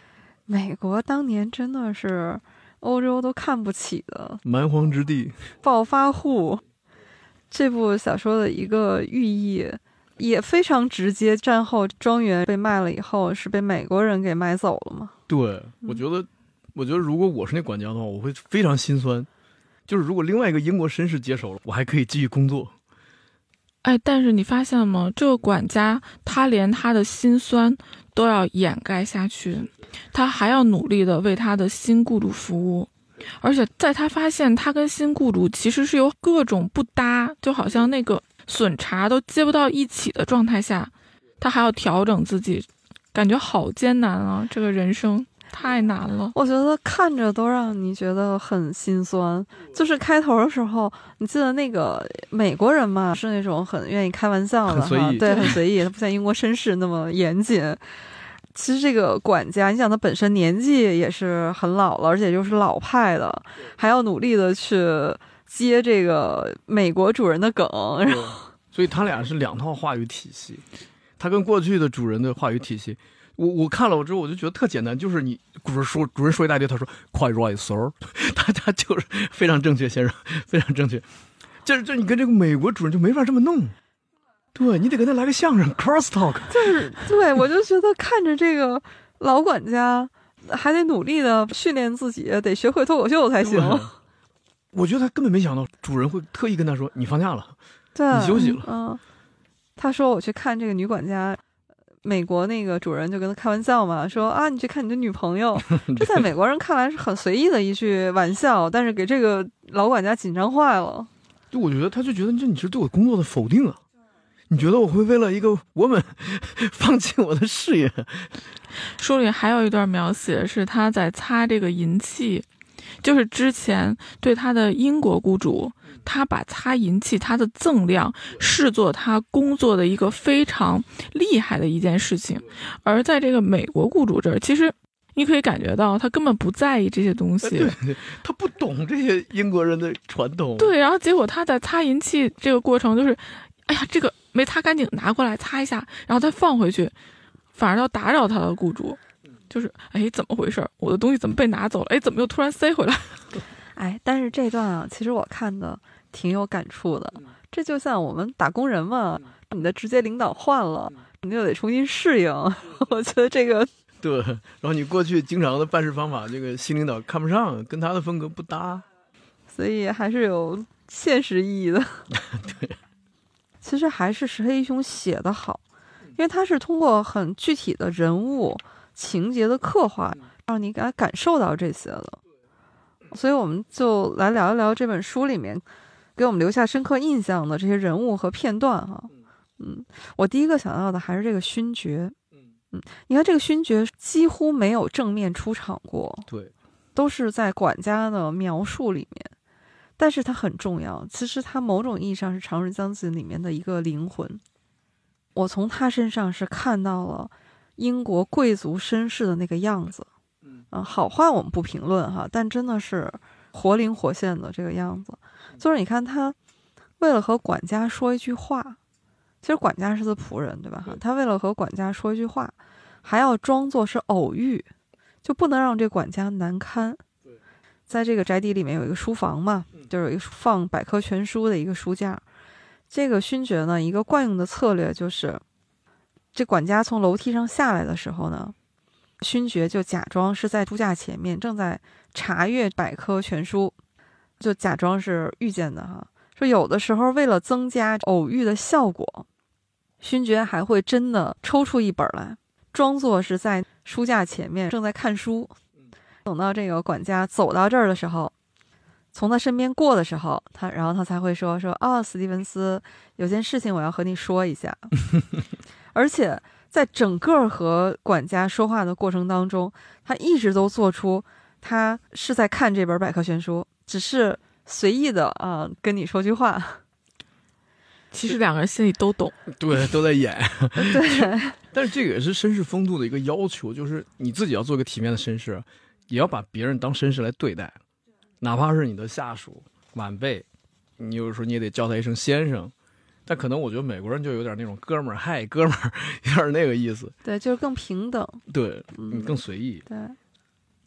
美国当年真的是欧洲都看不起的蛮荒之地， 暴发户。这部小说的一个寓意也非常直接，战后庄园被卖了以后是被美国人给买走了嘛？ 对，我觉得、嗯、我觉得如果我是那管家的话，我会非常心酸。就是如果另外一个英国绅士接手了，我还可以继续工作。 哎，但是你发现吗？这个管家他连他的心酸都要掩盖下去，他还要努力的为他的新雇主服务。而且在他发现他跟新雇主其实是有各种不搭，就好像那个笋茶都接不到一起的状态下，他还要调整自己，感觉好艰难啊！这个人生太难了。 我觉得看着都让你觉得很心酸。就是开头的时候，你记得那个美国人嘛，是那种很愿意开玩笑的哈，对，很随意，他不像英国绅士那么严谨。其实这个管家，你想他本身年纪也是很老了，而且又是老派的，还要努力的去接这个美国主人的梗，然后所以他俩是两套话语体系。他跟过去的主人的话语体系，我我看了之后我就觉得特简单，就是你主人说主人说一大堆，他说 quite right sir， 他他就是非常正确先生，非常正确。这这你跟这个美国主人就没法这么弄。对，你得跟他来个相声 cross talk。 就是对，我就觉得看着这个老管家还得努力的训练自己，得学会脱口秀才行。 我觉得他根本没想到主人会特意跟他说你放假了， 对， 你休息了。 嗯，他说我去看这个女管家，美国那个主人就跟他开玩笑嘛，说啊你去看你的女朋友。这在美国人看来是很随意的一句玩笑，但是给这个老管家紧张坏了。 就我觉得他就觉得这你是对我工作的否定啊，你觉得我会为了一个我们放弃我的事业？ 书里还有一段描写是他在擦这个银器，就是之前对他的英国雇主，他把擦银器他的赠量视作他工作的一个非常厉害的一件事情，而在这个美国雇主这儿，其实你可以感觉到他根本不在意这些东西。 对对，他不懂这些英国人的传统。 对，然后结果他在擦银器这个过程就是哎呀这个没擦干净，拿过来擦一下，然后再放回去，反而要打扰他的雇主，就是哎怎么回事，我的东西怎么被拿走了，哎怎么又突然塞回来。 哎，但是这段啊其实我看的挺有感触的。这就像我们打工人嘛，你的直接领导换了，你就得重新适应。我觉得这个对，然后你过去经常的办事方法，这个新领导看不上，跟他的风格不搭， 所以还是有现实意义的。 对， 其实还是石黑一雄写得好，因为他是通过很具体的人物情节的刻画，让你感感受到这些的。所以我们就来聊一聊这本书里面给我们留下深刻印象的这些人物和片段哈。嗯，我第一个想到的还是这个勋爵。嗯，你看这个勋爵几乎没有正面出场过， 对， 都是在管家的描述里面，但是他很重要。其实他某种意义上是长日将近里面的一个灵魂。我从他身上是看到了英国贵族绅士的那个样子。嗯，好坏我们不评论哈，但真的是活灵活现的这个样子。就是你看他为了和管家说一句话，其实管家是他仆人对吧？他为了和管家说一句话，还要装作是偶遇，就不能让这管家难堪。在这个宅邸里面有一个书房嘛，就是有一个放百科全书的一个书架。这个勋爵呢，一个惯用的策略就是，这管家从楼梯上下来的时候呢，勋爵就假装是在书架前面正在查阅百科全书，就假装是遇见的哈。说有的时候为了增加偶遇的效果，勋爵还会真的抽出一本来，装作是在书架前面正在看书。等到这个管家走到这儿的时候，从他身边过的时候，他然后他才会说说啊、哦，史蒂文斯，有件事情我要和你说一下。而且在整个和管家说话的过程当中，他一直都做出他是在看这本百科全书，只是随意的啊、呃、跟你说句话。 其实两个人心里都懂， 对，都在演。 对， 但是这个也是绅士风度的一个要求，就是你自己要做一个体面的绅士，也要把别人当绅士来对待，哪怕是你的下属、晚辈，你有时候你也得叫他一声先生。但可能我觉得美国人就有点那种哥们儿，嗨，哥们儿，有点那个意思。 对，就是更平等。 对，你更随意。 对，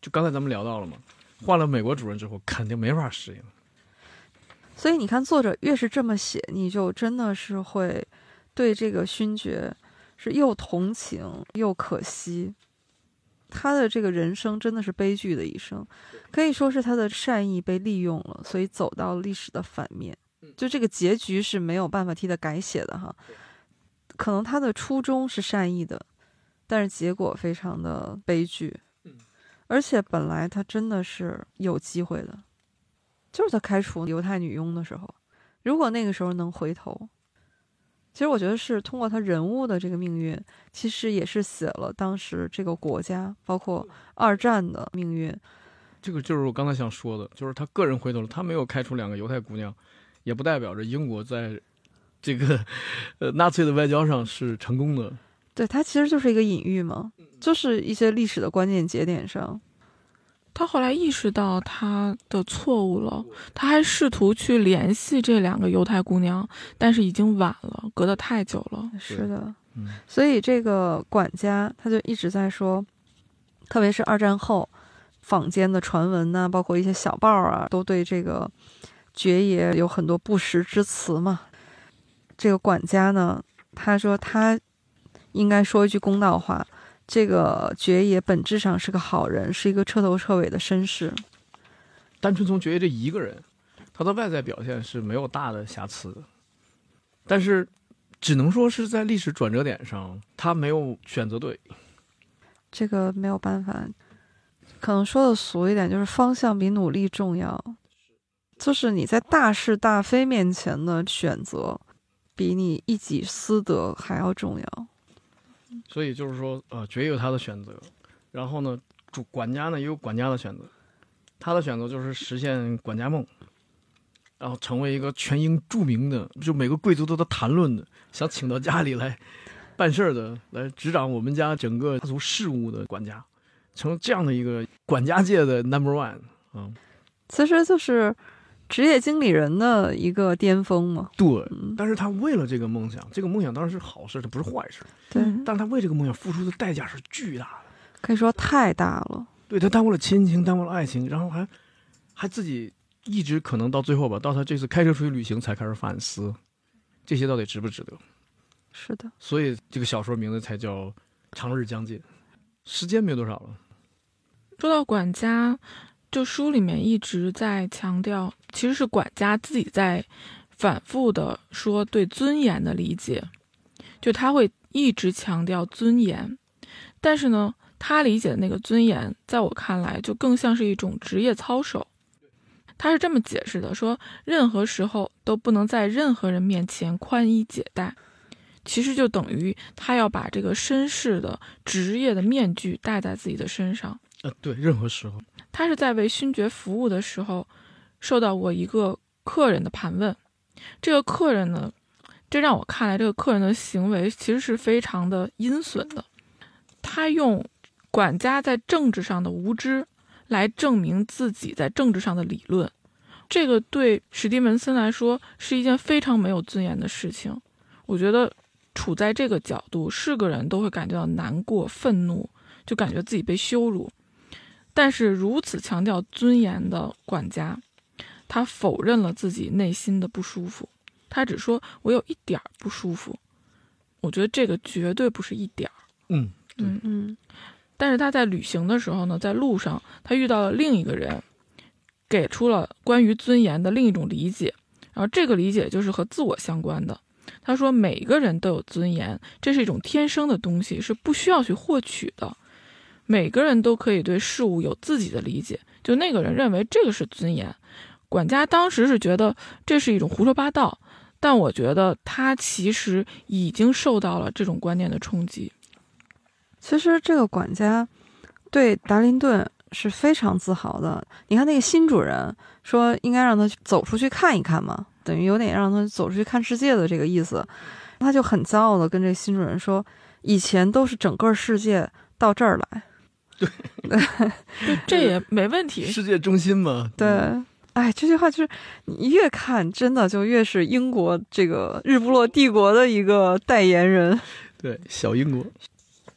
就刚才咱们聊到了嘛，换了美国主人之后，肯定没法适应。 所以你看，作者越是这么写，你就真的是会对这个勋爵是又同情又可惜。他的这个人生真的是悲剧的一生，可以说是他的善意被利用了，所以走到历史的反面。就这个结局是没有办法替他改写的哈。可能他的初衷是善意的，但是结果非常的悲剧。而且本来他真的是有机会的，就是他开除犹太女佣的时候，如果那个时候能回头，其实我觉得是通过他人物的这个命运，其实也是写了当时这个国家包括二战的命运。 这个就是我刚才想说的，就是他个人回头了，他没有开除两个犹太姑娘，也不代表着英国在这个呃纳粹的外交上是成功的。 对，它其实就是一个隐喻嘛，就是一些历史的关键节点上。 他后来意识到他的错误了，他还试图去联系这两个犹太姑娘，但是已经晚了，隔得太久了。 是的， 嗯， 所以这个管家他就一直在说，特别是二战后坊间的传闻呐、啊，包括一些小报啊，都对这个爵爷有很多不实之词嘛。这个管家呢，他说他应该说一句公道话，这个爵爷本质上是个好人，是一个彻头彻尾的绅士。 单纯从爵爷这一个人，他的外在表现是没有大的瑕疵的，但是只能说是在历史转折点上，他没有选择对。 这个没有办法，可能说的俗一点，就是方向比努力重要。就是你在大是大非面前的选择，比你一己私德还要重要。 所以就是说，呃，爵爷有他的选择，然后呢，主管家呢也有管家的选择。他的选择就是实现管家梦，然后成为一个全英著名的，就每个贵族都在谈论的，想请到家里来办事的，来执掌我们家整个家族事务的管家，成为这样的一个管家界的 number one 啊。 其实就是职业经理人的一个巅峰嘛。 对，但是他为了这个梦想，这个梦想当然是好事，它不是坏事。 对， 但是他为这个梦想付出的代价是巨大的， 可以说太大了。 对，他耽误了亲情，耽误了爱情，然后还还自己一直可能到最后吧，到他这次开车出去旅行才开始反思，这些到底值不值得？ 是的， 所以这个小说名字才叫《长日将近》，时间没有多少了。 说到管家，就书里面一直在强调，其实是管家自己在反复的说对尊严的理解，就他会一直强调尊严，但是呢，他理解的那个尊严，在我看来就更像是一种职业操守。他是这么解释的，说任何时候都不能在任何人面前宽衣解带，其实就等于他要把这个绅士的职业的面具戴在自己的身上。 呃，对，任何时候。 他是在为勋爵服务的时候，受到过一个客人的盘问。这个客人呢，这让我看来这个客人的行为其实是非常的阴损的。他用管家在政治上的无知来证明自己在政治上的理论，这个对史蒂文森来说是一件非常没有尊严的事情。我觉得处在这个角度，是个人都会感觉到难过、愤怒，就感觉自己被羞辱。但是如此强调尊严的管家，他否认了自己内心的不舒服，他只说我有一点不舒服。我觉得这个绝对不是一点。 嗯嗯嗯。 但是他在旅行的时候呢，在路上他遇到了另一个人，给出了关于尊严的另一种理解，然后这个理解就是和自我相关的。他说每个人都有尊严，这是一种天生的东西，是不需要去获取的。每个人都可以对事物有自己的理解，就那个人认为这个是尊严，管家当时是觉得这是一种胡说八道，但我觉得他其实已经受到了这种观念的冲击。 其实这个管家对达林顿是非常自豪的。你看那个新主人说应该让他走出去看一看嘛，等于有点让他走出去看世界的这个意思。他就很骄傲的跟这个新主人说，以前都是整个世界到这儿来。 对对，这也没问题。 世界中心嘛。 对，哎，这句话就是你越看真的就越是英国这个日不落帝国的一个代言人。 对，小英国。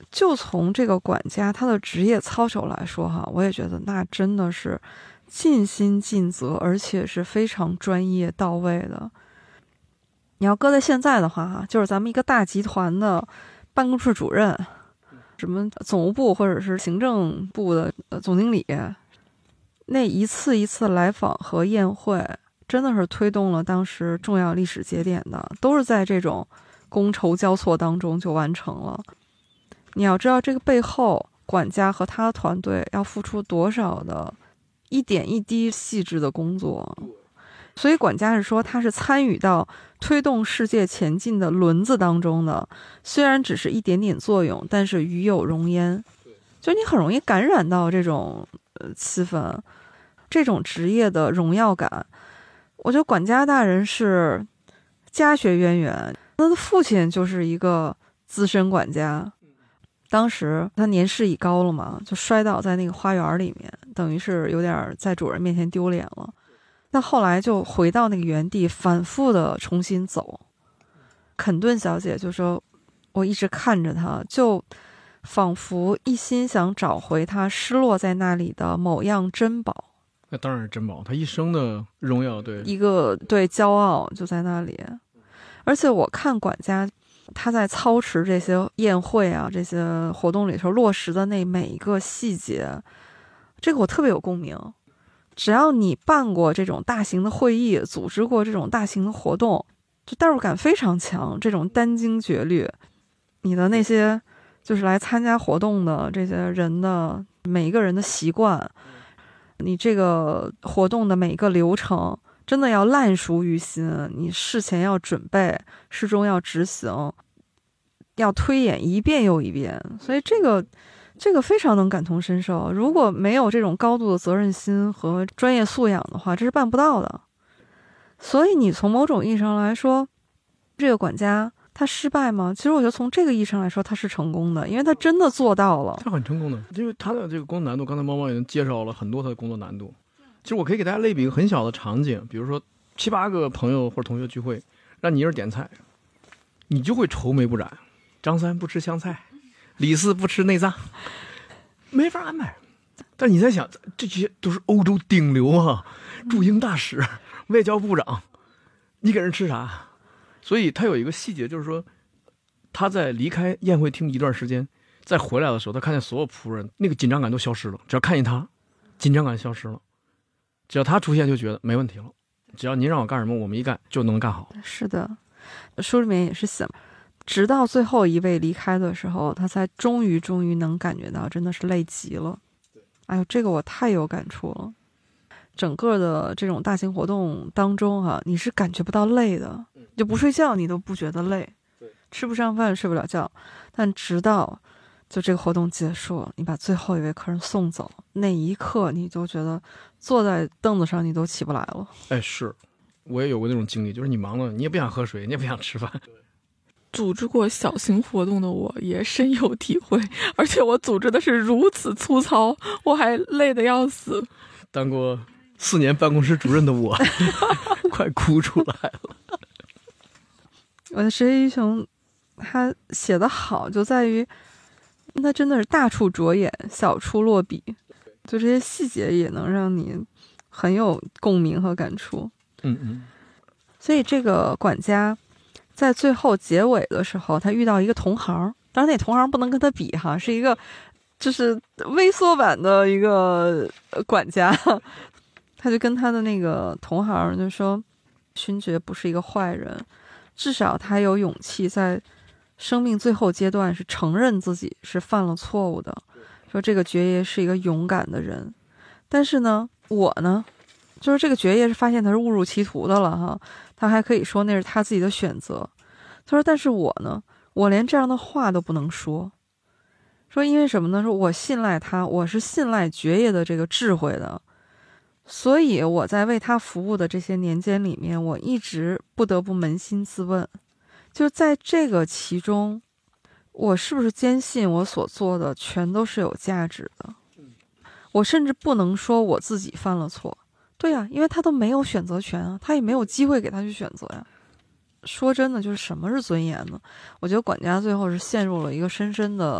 就从这个管家他的职业操守来说哈，我也觉得那真的是尽心尽责，而且是非常专业到位的。你要搁在现在的话哈，就是咱们一个大集团的办公室主任，什么总务部或者是行政部的总经理，那一次一次来访和宴会真的是推动了当时重要历史节点的，都是在这种觥筹交错当中就完成了。你要知道这个背后管家和他的团队要付出多少的一点一滴细致的工作，所以管家是说他是参与到推动世界前进的轮子当中的，虽然只是一点点作用，但是与有荣焉，就你很容易感染到这种呃气氛，这种职业的荣耀感。我觉得管家大人是家学渊源，他的父亲就是一个资深管家，当时他年事已高了嘛，就摔倒在那个花园里面，等于是有点在主人面前丢脸了。但后来就回到那个原地，反复的重新走。肯顿小姐就说，我一直看着他，就仿佛一心想找回他失落在那里的某样珍宝。 那当然是珍宝，他一生的荣耀，对， 一个对骄傲就在那里。而且我看管家他在操持这些宴会啊这些活动里头落实的那每一个细节，这个我特别有共鸣。只要你办过这种大型的会议，组织过这种大型的活动，就代入感非常强，这种殚精竭虑，你的那些就是来参加活动的这些人的每一个人的习惯，你这个活动的每一个流程真的要烂熟于心，你事前要准备，事中要执行，要推演一遍又一遍，所以这个这个非常能感同身受。如果没有这种高度的责任心和专业素养的话，这是办不到的。所以你从某种意义上来说，这个管家他失败吗？其实我觉得从这个意义上来说他是成功的，因为他真的做到了。 他很成功的，因为他的这个工作难度，刚才猫猫已经介绍了很多他的工作难度。其实我可以给大家类比一个很小的场景，比如说七八个朋友或者同学聚会，让你一人点菜，你就会愁眉不展。张三不吃香菜，李四不吃内脏，没法安排。但你在想，这些都是欧洲顶流啊，驻英大使、外交部长，你给人吃啥？所以他有一个细节，就是说他在离开宴会厅一段时间，再回来的时候，他看见所有仆人那个紧张感都消失了，只要看见他，紧张感消失了，只要他出现就觉得没问题了，只要您让我干什么，我们一干就能干好。 是的，书里面也是写，直到最后一位离开的时候，他才终于终于能感觉到真的是累极了。哎呦，这个我太有感触了。整个的这种大型活动当中哈、啊，你是感觉不到累的，就不睡觉你都不觉得累，吃不上饭睡不了觉，但直到就这个活动结束，你把最后一位客人送走那一刻，你就觉得坐在凳子上你都起不来了。 哎，是我也有过那种经历，就是你忙了，你也不想喝水，你也不想吃饭。 组织过小型活动的我也深有体会，而且我组织的是如此粗糙，我还累得要死。 当过四年办公室主任的我快哭出来了。 我的石黑一雄他写得好就在于他真的是大处着眼，小处落笔，就这些细节也能让你很有共鸣和感触。 嗯嗯。 所以这个管家在最后结尾的时候，他遇到一个同行，当然那同行不能跟他比哈，是一个就是微缩版的一个管家。他就跟他的那个同行就说，勋爵不是一个坏人，至少他有勇气在生命最后阶段是承认自己是犯了错误的，说这个爵爷是一个勇敢的人。但是呢，我呢就是这个爵爷是发现他是误入歧途的了哈，他还可以说那是他自己的选择。他说但是我呢，我连这样的话都不能说，说因为什么呢，说我信赖他，我是信赖爵爷的这个智慧的，所以我在为他服务的这些年间里面，我一直不得不扪心自问，就在这个其中，我是不是坚信我所做的全都是有价值的？我甚至不能说我自己犯了错，对呀、啊，因为他都没有选择权啊，他也没有机会给他去选择呀。说真的，就是什么是尊严呢？我觉得管家最后是陷入了一个深深的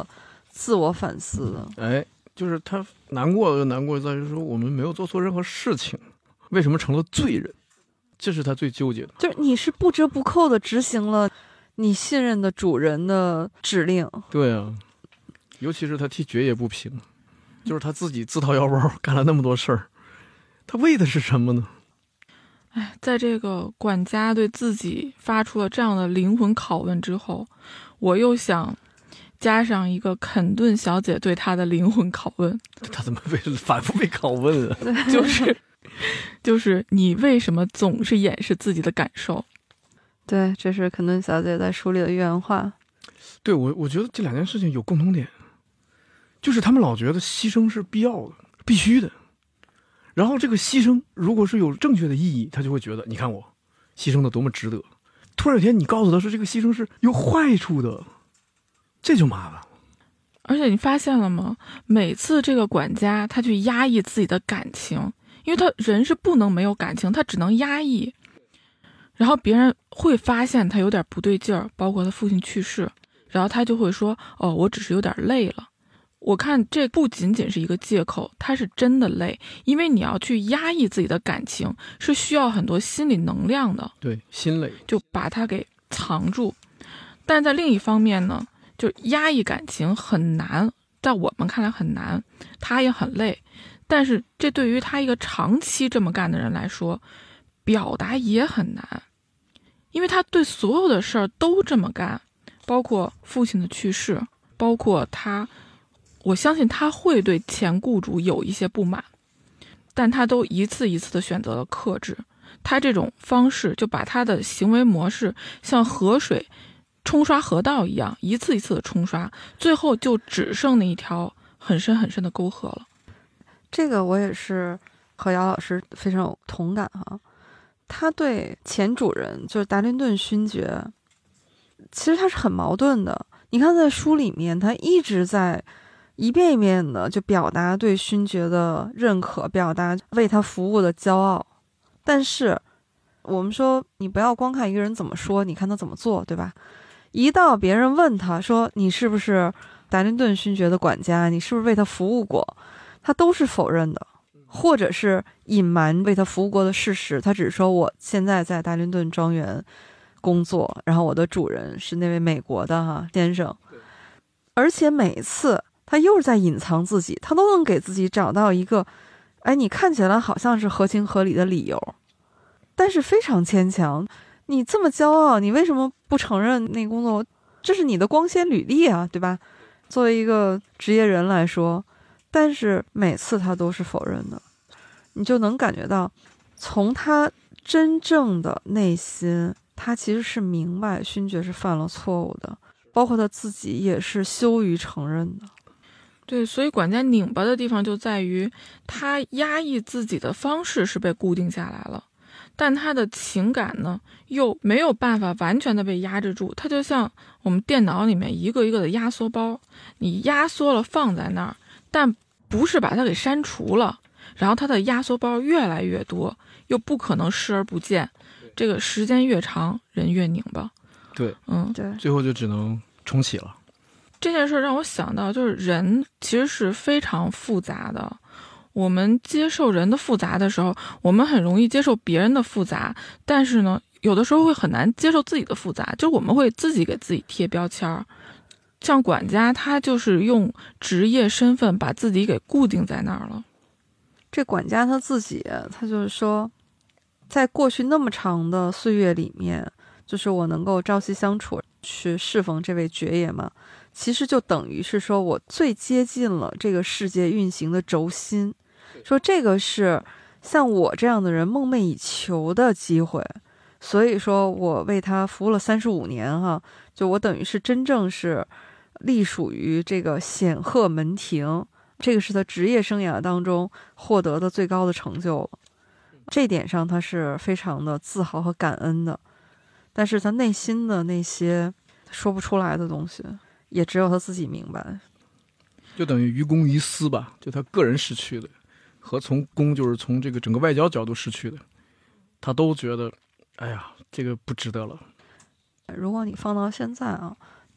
自我反思的。 哎，就是他难过的难过在于说我们没有做错任何事情，为什么成了罪人？这是他最纠结的。 就是你是不折不扣的执行了你信任的主人的指令。 对啊，尤其是他替爵爷不平，就是他自己自掏腰包干了那么多事儿，他为的是什么呢？ 哎，在这个管家对自己发出了这样的灵魂拷问之后，我又想加上一个肯顿小姐对他的灵魂拷问。 他怎么被反复被拷问啊？ 就是就是你为什么总是掩饰自己的感受？ 对，这是肯顿小姐在书里的原话。 对，我我觉得这两件事情有共同点，就是他们老觉得牺牲是必要的、必须的，然后这个牺牲如果是有正确的意义，他就会觉得你看我牺牲的多么值得。突然有一天你告诉他说这个牺牲是有坏处的，这就麻烦了。 而且你发现了吗？每次这个管家他去压抑自己的感情，因为他人是不能没有感情，他只能压抑，然后别人会发现他有点不对劲儿，包括他父亲去世，然后他就会说，哦，我只是有点累了。我看这不仅仅是一个借口，他是真的累，因为你要去压抑自己的感情是需要很多心理能量的。 对，心累， 就把它给藏住。但在另一方面呢，就压抑感情很难，在我们看来很难，他也很累，但是这对于他一个长期这么干的人来说，表达也很难，因为他对所有的事儿都这么干，包括父亲的去世，包括他，我相信他会对前雇主有一些不满，但他都一次一次的选择了克制。他这种方式就把他的行为模式像河水冲刷河道一样，一次一次的冲刷，最后就只剩那一条很深很深的沟壑了。 这个我也是和姚老师非常有同感哈。他对前主人就是达林顿勋爵，其实他是很矛盾的。你看在书里面，他一直在一遍一遍的就表达对勋爵的认可，表达为他服务的骄傲。但是我们说你不要光看一个人怎么说，你看他怎么做，对吧？一到别人问他说你是不是达林顿勋爵的管家，你是不是为他服务过，他都是否认的，或者是隐瞒为他服务过的事实。他只是说我现在在达林顿庄园工作，然后我的主人是那位美国的哈先生，而且每次他又是在隐藏自己，他都能给自己找到一个哎你看起来好像是合情合理的理由，但是非常牵强。你这么骄傲，你为什么不承认那工作？这是你的光鲜履历啊，对吧？作为一个职业人来说，但是每次他都是否认的，你就能感觉到，从他真正的内心，他其实是明白勋爵是犯了错误的，包括他自己也是羞于承认的。 对，所以管家拧巴的地方就在于，他压抑自己的方式是被固定下来了。但他的情感呢，又没有办法完全的被压制住，它就像我们电脑里面一个一个的压缩包，你压缩了放在那儿，但不是把它给删除了，然后它的压缩包越来越多，又不可能视而不见，这个时间越长，人越拧巴。 对， 嗯， 对， 最后就只能重启了。 这件事让我想到，就是人其实是非常复杂的。我们接受人的复杂的时候，我们很容易接受别人的复杂，但是呢，有的时候会很难接受自己的复杂，就是我们会自己给自己贴标签儿。像管家，他就是用职业身份把自己给固定在那儿了。 这管家他自己，他就是说，在过去那么长的岁月里面，就是我能够朝夕相处，去侍奉这位爵爷嘛，其实就等于是说我最接近了这个世界运行的轴心。说这个是像我这样的人梦寐以求的机会，所以说我为他服务了三十五年哈，就我等于是真正是隶属于这个显赫门庭，这个是他职业生涯当中获得的最高的成就了。这点上他是非常的自豪和感恩的，但是他内心的那些说不出来的东西，也只有他自己明白。 就等于于公于私吧，就他个人失去的和从公就是从这个整个外交角度失去的，他都觉得哎呀这个不值得了。 如果你放到现在啊，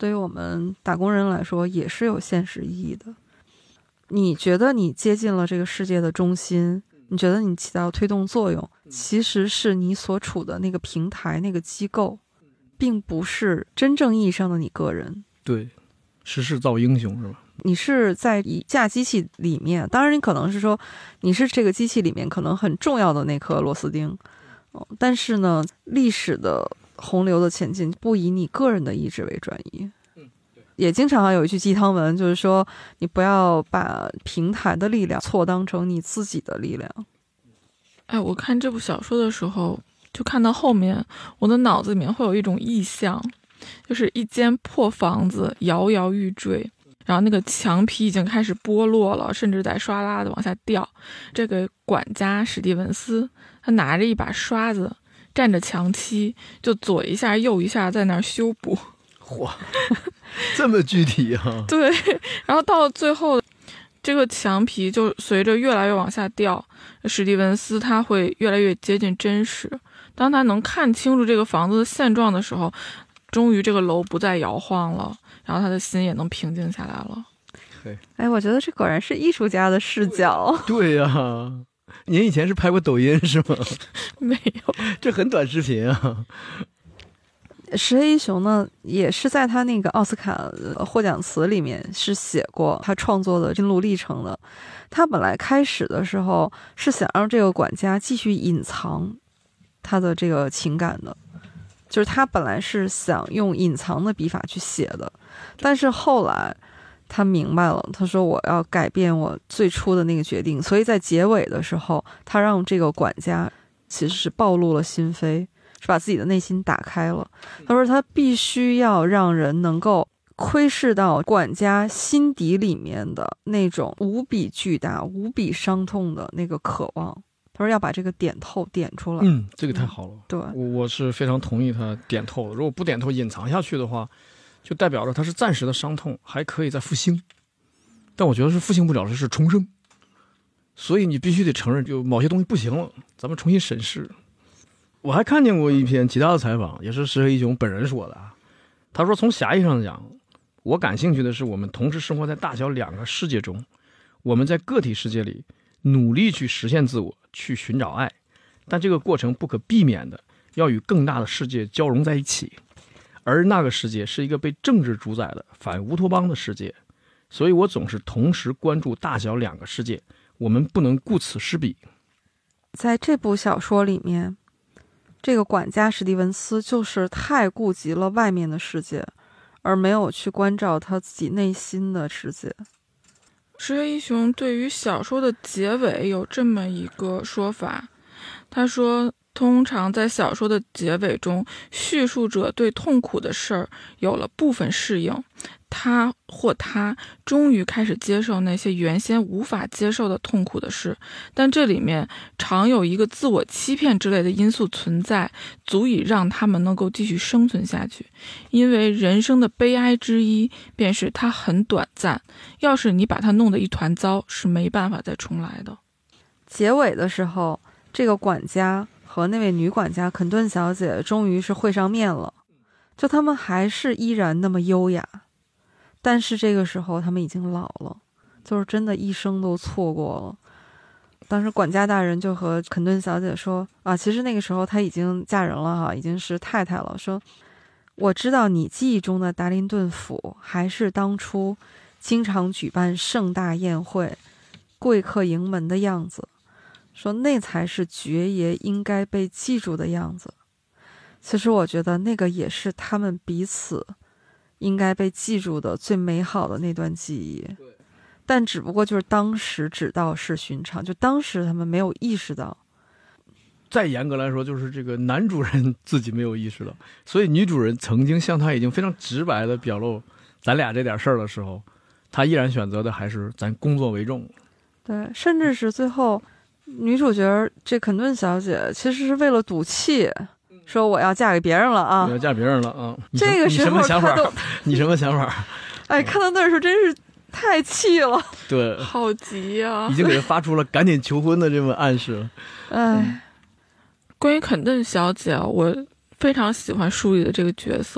对于我们打工人来说也是有现实意义的。你觉得你接近了这个世界的中心，你觉得你起到推动作用，其实是你所处的那个平台那个机构，并不是真正意义上的你个人。 对，时势造英雄是吧？ 你是在一架机器里面，当然你可能是说你是这个机器里面可能很重要的那颗螺丝钉，但是呢，历史的洪流的前进不以你个人的意志为转移。也经常有一句鸡汤文，就是说你不要把平台的力量错当成你自己的力量。 哎，我看这部小说的时候，就看到后面，我的脑子里面会有一种意象，就是一间破房子摇摇欲坠，然后那个墙皮已经开始剥落了，甚至在唰啦的往下掉。这个管家史蒂文斯，他拿着一把刷子，站着墙漆，就左一下右一下在那儿修补。 嚯，这么具体啊！ 对，然后到了最后，这个墙皮就随着越来越往下掉，史蒂文斯他会越来越接近真实。当他能看清楚这个房子的现状的时候，终于这个楼不再摇晃了，然后他的心也能平静下来了。 哎，我觉得这果然是艺术家的视角。 对呀、啊，您以前是拍过抖音是吗？ 没有， 这很短视频啊。 石黑一雄呢，也是在他那个奥斯卡获奖词里面是写过他创作的心路历程的。他本来开始的时候是想让这个管家继续隐藏他的这个情感的，就是他本来是想用隐藏的笔法去写的，但是后来他明白了，他说我要改变我最初的那个决定，所以在结尾的时候，他让这个管家其实是暴露了心扉，是把自己的内心打开了。他说他必须要让人能够窥视到管家心底里面的那种无比巨大无比伤痛的那个渴望，他说要把这个点透点出来。 嗯，这个太好了。 对， 我我是非常同意他点透的。如果不点透隐藏下去的话，就代表着他是暂时的伤痛，还可以再复兴，但我觉得是复兴不了的是重生。所以你必须得承认，就某些东西不行了，咱们重新审视。我还看见过一篇其他的采访，也是石黑一雄本人说的啊。他说，从狭义上讲，我感兴趣的是我们同时生活在大小两个世界中，我们在个体世界里努力去实现自我，去寻找爱，但这个过程不可避免的要与更大的世界交融在一起，而那个世界是一个被政治主宰的反乌托邦的世界，所以我总是同时关注大小两个世界，我们不能顾此失彼。 在这部小说里面，这个管家史蒂文斯就是太顾及了外面的世界，而没有去关照他自己内心的世界。 石黑一雄对于小说的结尾有这么一个说法，他说通常在小说的结尾中，叙述者对痛苦的事儿有了部分适应，他或他终于开始接受那些原先无法接受的痛苦的事，但这里面常有一个自我欺骗之类的因素存在，足以让他们能够继续生存下去。因为人生的悲哀之一便是它很短暂，要是你把它弄得一团糟，是没办法再重来的。 结尾的时候，这个管家和那位女管家肯顿小姐终于是会上面了，就他们还是依然那么优雅，但是这个时候他们已经老了，就是真的一生都错过了。当时管家大人就和肯顿小姐说啊，其实那个时候她已经嫁人了哈，已经是太太了，说我知道你记忆中的达林顿府还是当初经常举办盛大宴会贵客迎门的样子，说那才是爵爷应该被记住的样子。其实我觉得那个也是他们彼此应该被记住的最美好的那段记忆，但只不过就是当时只道是寻常，就当时他们没有意识到。 再严格来说，就是这个男主人自己没有意识到，所以女主人曾经向他已经非常直白的表露咱俩这点事儿的时候，他依然选择的还是咱工作为重。 对，甚至是最后女主角这肯顿小姐其实是为了赌气，说我要嫁给别人了啊， 我要嫁别人了啊！ 这个时候他都你什么想法？ 哎，看到那时候真是太气了。 对， 好急呀、啊！ 已经给他发出了赶紧求婚的这么暗示了。 哎， 关于肯顿小姐，我非常喜欢书里的这个角色。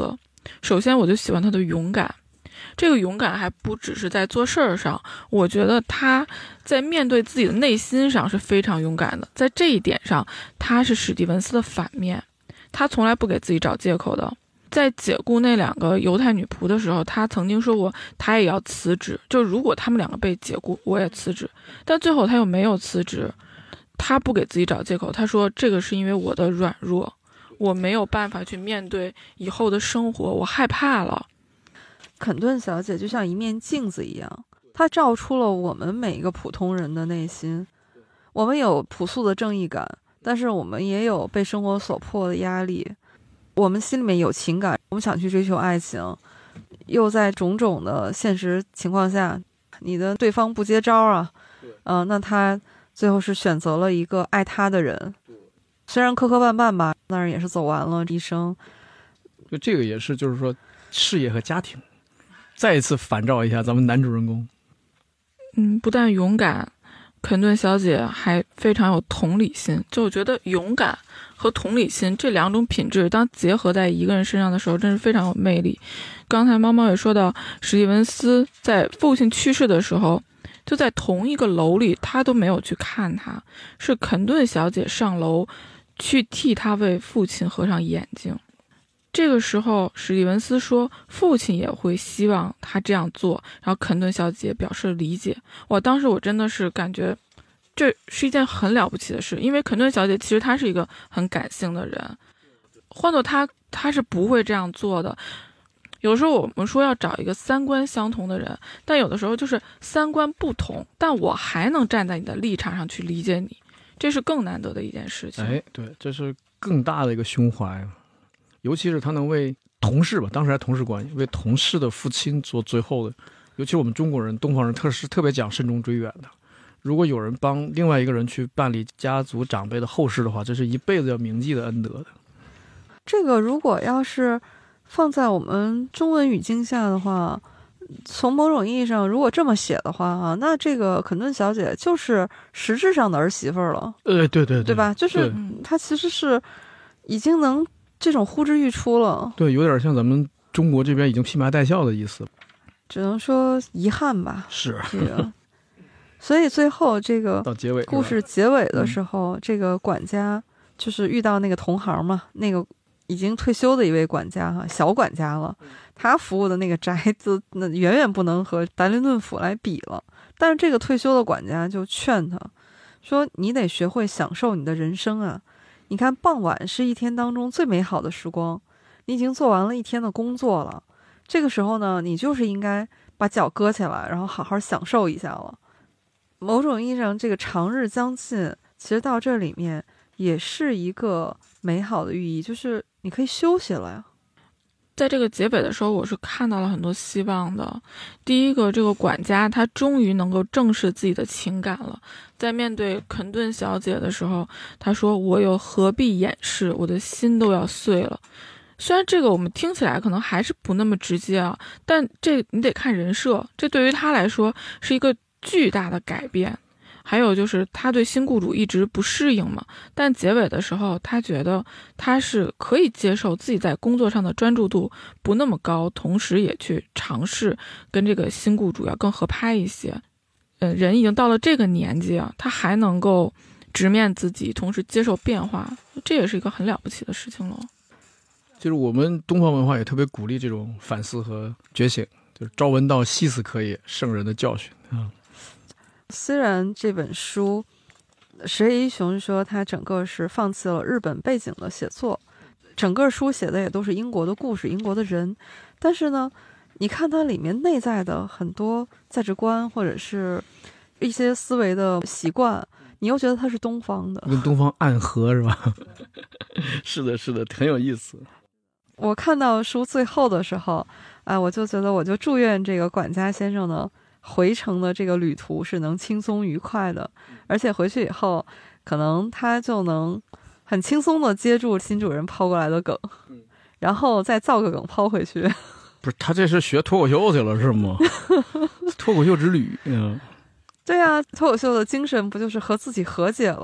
首先我就喜欢他的勇敢，这个勇敢还不只是在做事儿上，我觉得他在面对自己的内心上是非常勇敢的。在这一点上，他是史蒂文斯的反面，他从来不给自己找借口的。在解雇那两个犹太女仆的时候，他曾经说过他也要辞职，就如果他们两个被解雇，我也辞职。但最后他又没有辞职，他不给自己找借口，他说这个是因为我的软弱，我没有办法去面对以后的生活，我害怕了。 肯顿小姐就像一面镜子一样，她照出了我们每一个普通人的内心。我们有朴素的正义感，但是我们也有被生活所迫的压力。我们心里面有情感，我们想去追求爱情，又在种种的现实情况下，你的对方不接招啊，嗯、呃，那他最后是选择了一个爱他的人，虽然磕磕绊绊吧，但是也是走完了一生。 就这个也是，就是说事业和家庭，再一次反照一下咱们男主人公。 嗯，不但勇敢，肯顿小姐还非常有同理心。就我觉得勇敢和同理心这两种品质，当结合在一个人身上的时候，真是非常有魅力。刚才猫猫也说到，史蒂文斯在父亲去世的时候，就在同一个楼里，他都没有去看他，是肯顿小姐上楼去替他为父亲合上眼睛。这个时候史蒂文斯说父亲也会希望他这样做，然后肯顿小姐表示理解。我当时我真的是感觉这是一件很了不起的事，因为肯顿小姐其实她是一个很感性的人，换做她她是不会这样做的。有时候我们说要找一个三观相同的人，但有的时候就是三观不同，但我还能站在你的立场上去理解你，这是更难得的一件事情。 哎，对，这是更大的一个胸怀，尤其是他能为同事吧，当时还同事关系，为同事的父亲做最后的，尤其我们中国人、东方人特是特别讲慎终追远的。如果有人帮另外一个人去办理家族长辈的后事的话，这是一辈子要铭记的恩德的。 这个如果要是放在我们中文语境下的话，从某种意义上，如果这么写的话啊，那这个肯顿小姐就是实质上的儿媳妇了。 呃，对对对， 对吧？就是她其实是已经能这种呼之欲出了。 对，有点像咱们中国这边已经披麻戴孝的意思。 只能说遗憾吧。 是这个。所以最后这个到结尾故事结尾的时候，这个管家就是遇到那个同行嘛，那个已经退休的一位管家哈，小管家了，他服务的那个宅子那远远不能和达林顿府来比了。但是这个退休的管家就劝他说：“你得学会享受你的人生啊！你看傍晚是一天当中最美好的时光，你已经做完了一天的工作了，这个时候呢，你就是应该把脚搁起来，然后好好享受一下了。”某种意义上，这个长日将近，其实到这里面也是一个美好的寓意，就是你可以休息了呀。 在这个结尾的时候，我是看到了很多希望的。第一个，这个管家他终于能够正视自己的情感了，在面对肯顿小姐的时候，他说：“我又何必掩饰，我的心都要碎了。”虽然这个我们听起来可能还是不那么直接啊，但这你得看人设，这对于他来说是一个巨大的改变。还有就是他对新雇主一直不适应嘛，但结尾的时候他觉得他是可以接受自己在工作上的专注度不那么高，同时也去尝试跟这个新雇主要更合拍一些。呃，人已经到了这个年纪啊，他还能够直面自己，同时接受变化，这也是一个很了不起的事情了。 就是我们东方文化也特别鼓励这种反思和觉醒，就是朝闻道夕死可也，圣人的教训啊。 虽然这本书石黑一雄说他整个是放弃了日本背景的写作，整个书写的也都是英国的故事，英国的人，但是呢你看它里面内在的很多价值观或者是一些思维的习惯，你又觉得它是东方的， 跟东方暗合是吧？是的是的，很有意思。 我看到书最后的时候啊，我就觉得我就祝愿这个管家先生呢回程的这个旅途是能轻松愉快的，而且回去以后可能他就能很轻松的接住新主人抛过来的梗，然后再造个梗抛回去。 不是，他这是学脱口秀去了是吗？脱口秀之旅。嗯， 对啊，脱口秀的精神不就是和自己和解了吗？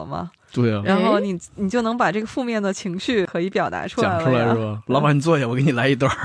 对啊， 然后你你就能把这个负面的情绪可以表达出来了， 讲出来是吧？老板你坐下，我给你来一段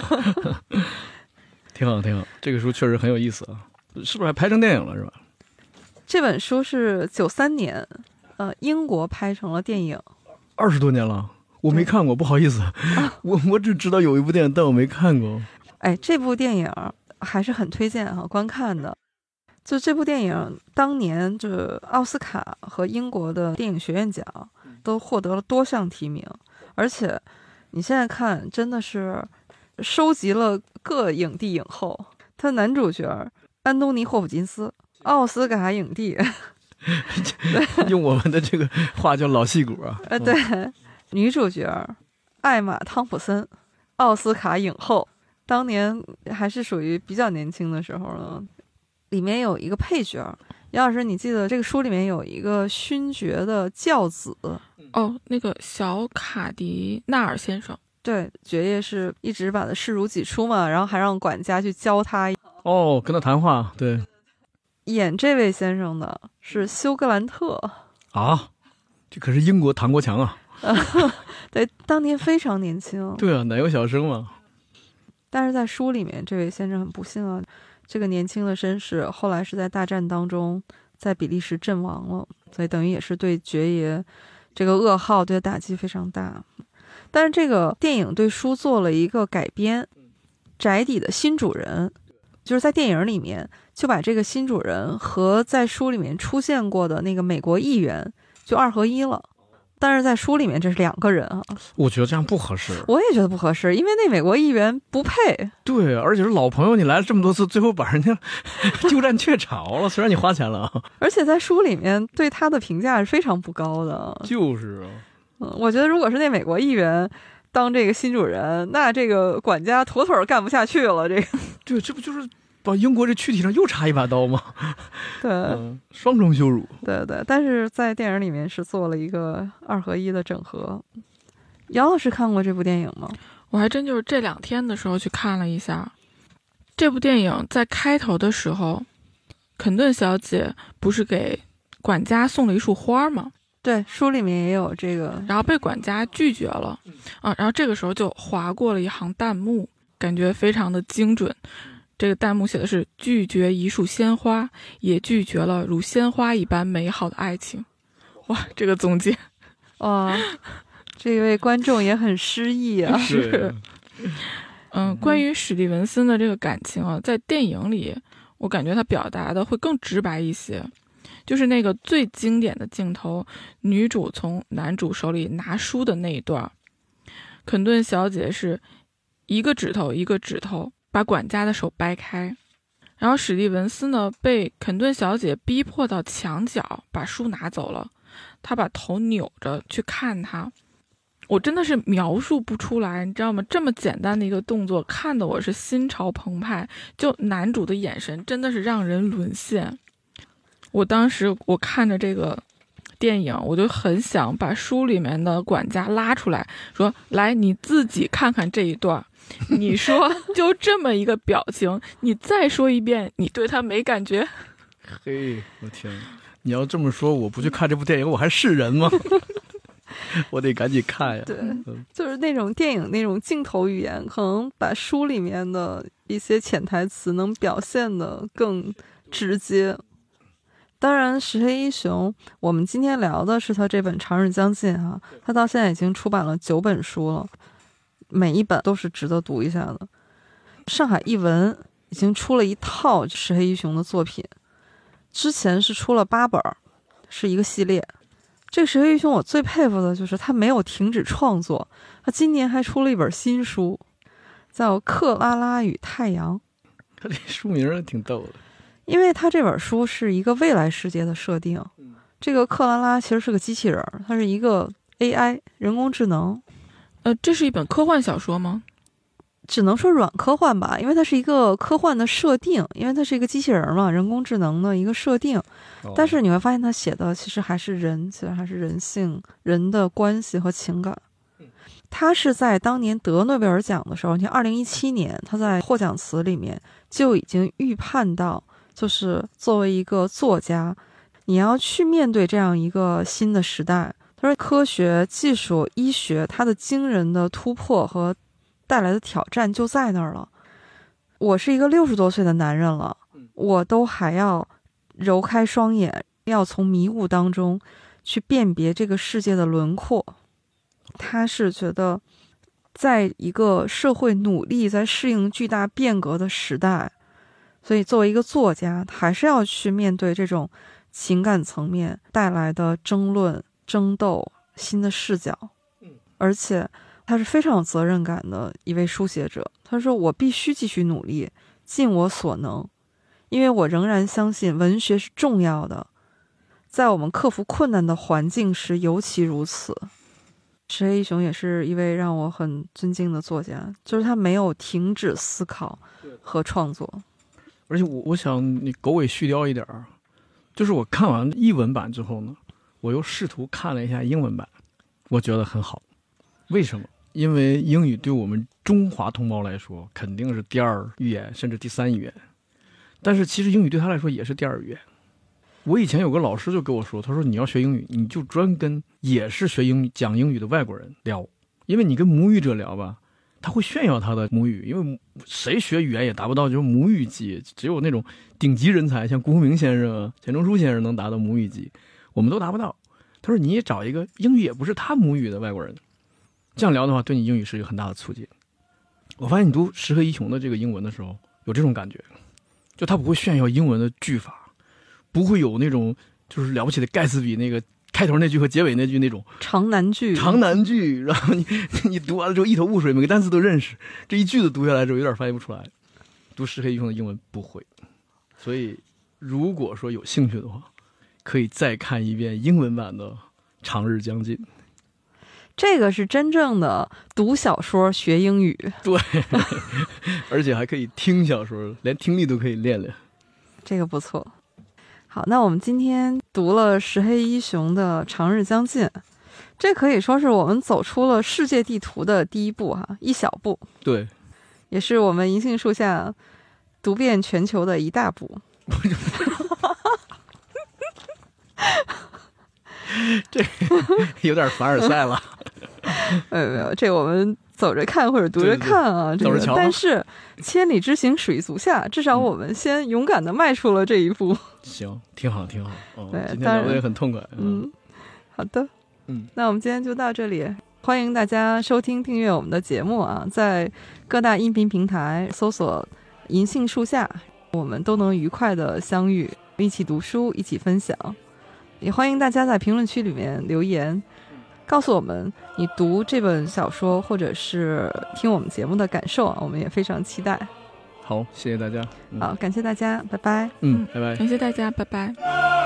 挺好挺好，这个书确实很有意思啊，是不是还拍成电影了是吧？ 这本书是九三年，呃，英国拍成了电影， 二十多年了，我没看过，不好意思，啊、我我只知道有一部电影，但我没看过。 哎，这部电影还是很推荐哈、啊、观看的。就这部电影当年就奥斯卡和英国的电影学院奖都获得了多项提名，而且你现在看真的是收集了各影帝影后。他男主角安东尼·霍普金斯，奥斯卡影帝用我们的这个话叫老戏骨啊。 呃，对，女主角艾玛·汤普森，奥斯卡影后，当年还是属于比较年轻的时候呢。里面有一个配角，杨老师，你记得这个书里面有一个勋爵的教子哦，那个小卡迪纳尔先生， 对，爵爷是一直把他视如己出嘛，然后还让管家去教他。 哦，跟他谈话，对。 演这位先生的是休格兰特啊，这可是英国唐国强啊。 对，当年非常年轻。 对啊，奶油小生嘛。 但是在书里面，这位先生很不幸啊。这个年轻的绅士后来是在大战当中在比利时阵亡了，所以等于也是对爵爷这个噩耗对打击非常大。但是这个电影对书做了一个改编，宅邸的新主人就是在电影里面就把这个新主人和在书里面出现过的那个美国议员就二合一了。但是在书里面这是两个人啊， 我觉得这样不合适。 我也觉得不合适，因为那美国议员不配。 对，而且是老朋友，你来了这么多次，最后把人家鸠占鹊巢了。虽然你花钱了， 而且在书里面对他的评价是非常不高的。 就是啊， 嗯，我觉得如果是那美国议员当这个新主人，那这个管家妥妥干不下去了。这个， 对，这不就是把英国这躯体上又插一把刀吗？ 对、 嗯，双重羞辱。 对对，但是在电影里面是做了一个二合一的整合。姚老师看过这部电影吗？ 我还真就是这两天的时候去看了一下。这部电影在开头的时候，肯顿小姐不是给管家送了一束花吗？ 对，书里面也有这个， 然后被管家拒绝了啊，然后这个时候就划过了一行弹幕，感觉非常的精准。这个弹幕写的是拒绝一束鲜花，也拒绝了如鲜花一般美好的爱情。哇，这个总结， 哇，这位观众也很诗意啊。 是，嗯，关于史蒂文森的这个感情啊，在电影里我感觉他表达的会更直白一些。就是那个最经典的镜头，女主从男主手里拿书的那一段，肯顿小姐是一个指头一个指头把管家的手掰开，然后史蒂文斯呢被肯顿小姐逼迫到墙角把书拿走了，他把头扭着去看他，我真的是描述不出来，你知道吗？这么简单的一个动作看得我是心潮澎湃，就男主的眼神真的是让人沦陷。我当时我看着这个电影，我就很想把书里面的管家拉出来说，来你自己看看这一段，你说就这么一个表情，你再说一遍你对他没感觉。 嘿，我天，你要这么说我不去看这部电影我还是人吗？我得赶紧看呀。 对，就是那种电影那种镜头语言可能把书里面的一些潜台词能表现得更直接。当然石黑一雄我们今天聊的是他这本长日将近哈、啊，他到现在已经出版了九本书了，每一本都是值得读一下的。上海译文已经出了一套石黑一雄的作品，之前是出了八本，是一个系列。这个石黑一雄我最佩服的就是他没有停止创作，他今年还出了一本新书叫《克拉拉与太阳》。 他这书名挺逗的， 因为他这本书是一个未来世界的设定，这个克拉拉其实是个机器人，它是一个 A I 人工智能。 呃，这是一本科幻小说吗？ 只能说软科幻吧，因为它是一个科幻的设定，因为它是一个机器人嘛，人工智能的一个设定。但是你会发现他写的其实还是人，其实还是人性、人的关系和情感。他是在当年得诺贝尔奖的时候，你看二零一七年他在获奖词里面就已经预判到，就是作为一个作家， 你要去面对这样一个新的时代。他说科学、技术、医学它的惊人的突破和带来的挑战就在那儿了。我是一个六十多岁的男人了，我都还要揉开双眼，要从迷雾当中去辨别这个世界的轮廓。他是觉得在一个社会努力在适应巨大变革的时代，所以作为一个作家还是要去面对这种情感层面带来的争论、争斗、新的视角。而且他是非常有责任感的一位书写者。他说我必须继续努力，尽我所能，因为我仍然相信文学是重要的，在我们克服困难的环境时尤其如此。石黑一雄也是一位让我很尊敬的作家，就是他没有停止思考和创作。 而且我我想你狗尾续貂一点儿，就是我看完译文版之后呢，我又试图看了一下英文版，我觉得很好。为什么？因为英语对我们中华同胞来说肯定是第二语言甚至第三语言，但是其实英语对他来说也是第二语言。我以前有个老师就跟我说，他说你要学英语你就专跟也是学英语讲英语的外国人聊，因为你跟母语者聊吧，他会炫耀他的母语，因为谁学语言也达不到就是母语级，只有那种顶级人才像辜鸿铭先生啊、钱钟书先生能达到母语级，我们都达不到。他说你也找一个英语也不是他母语的外国人，这样聊的话对你英语是一个很大的促进。我发现你读石黑一雄的这个英文的时候有这种感觉，就他不会炫耀英文的句法，不会有那种就是了不起的盖茨比那个开头那句和结尾那句那种长难句长难句，然后你你读完了之后一头雾水，每个单词都认识，这一句子读下来之后有点翻译不出来。读石黑一雄的英文不会，所以如果说有兴趣的话可以再看一遍英文版的《长日将近》， 这个是真正的读小说学英语。 对而且还可以听小说，连听力都可以练练， 这个不错。好，那我们今天读了石黑一雄的《长日将近》，这可以说是我们走出了世界地图的第一步哈，一小步。 对， 也是我们银杏树下读遍全球的一大步。 这有点凡尔赛了。 没有没有，这我们走着看或者读着看啊， 对对对， 这个。但是千里之行始于足下，至少我们先勇敢的迈出了这一步。 行，挺好挺好。哦、 对， 今天聊得也很痛快。 嗯，好的。 嗯， 那我们今天就到这里，欢迎大家收听订阅我们的节目啊，在各大音频平台搜索银杏树下，我们都能愉快的相遇，一起读书，一起分享。也欢迎大家在评论区里面留言，告诉我们你读这本小说或者是听我们节目的感受啊，我们也非常期待。 好，谢谢大家。 嗯、好，感谢大家，拜拜。 嗯，拜拜。 感谢大家，拜拜。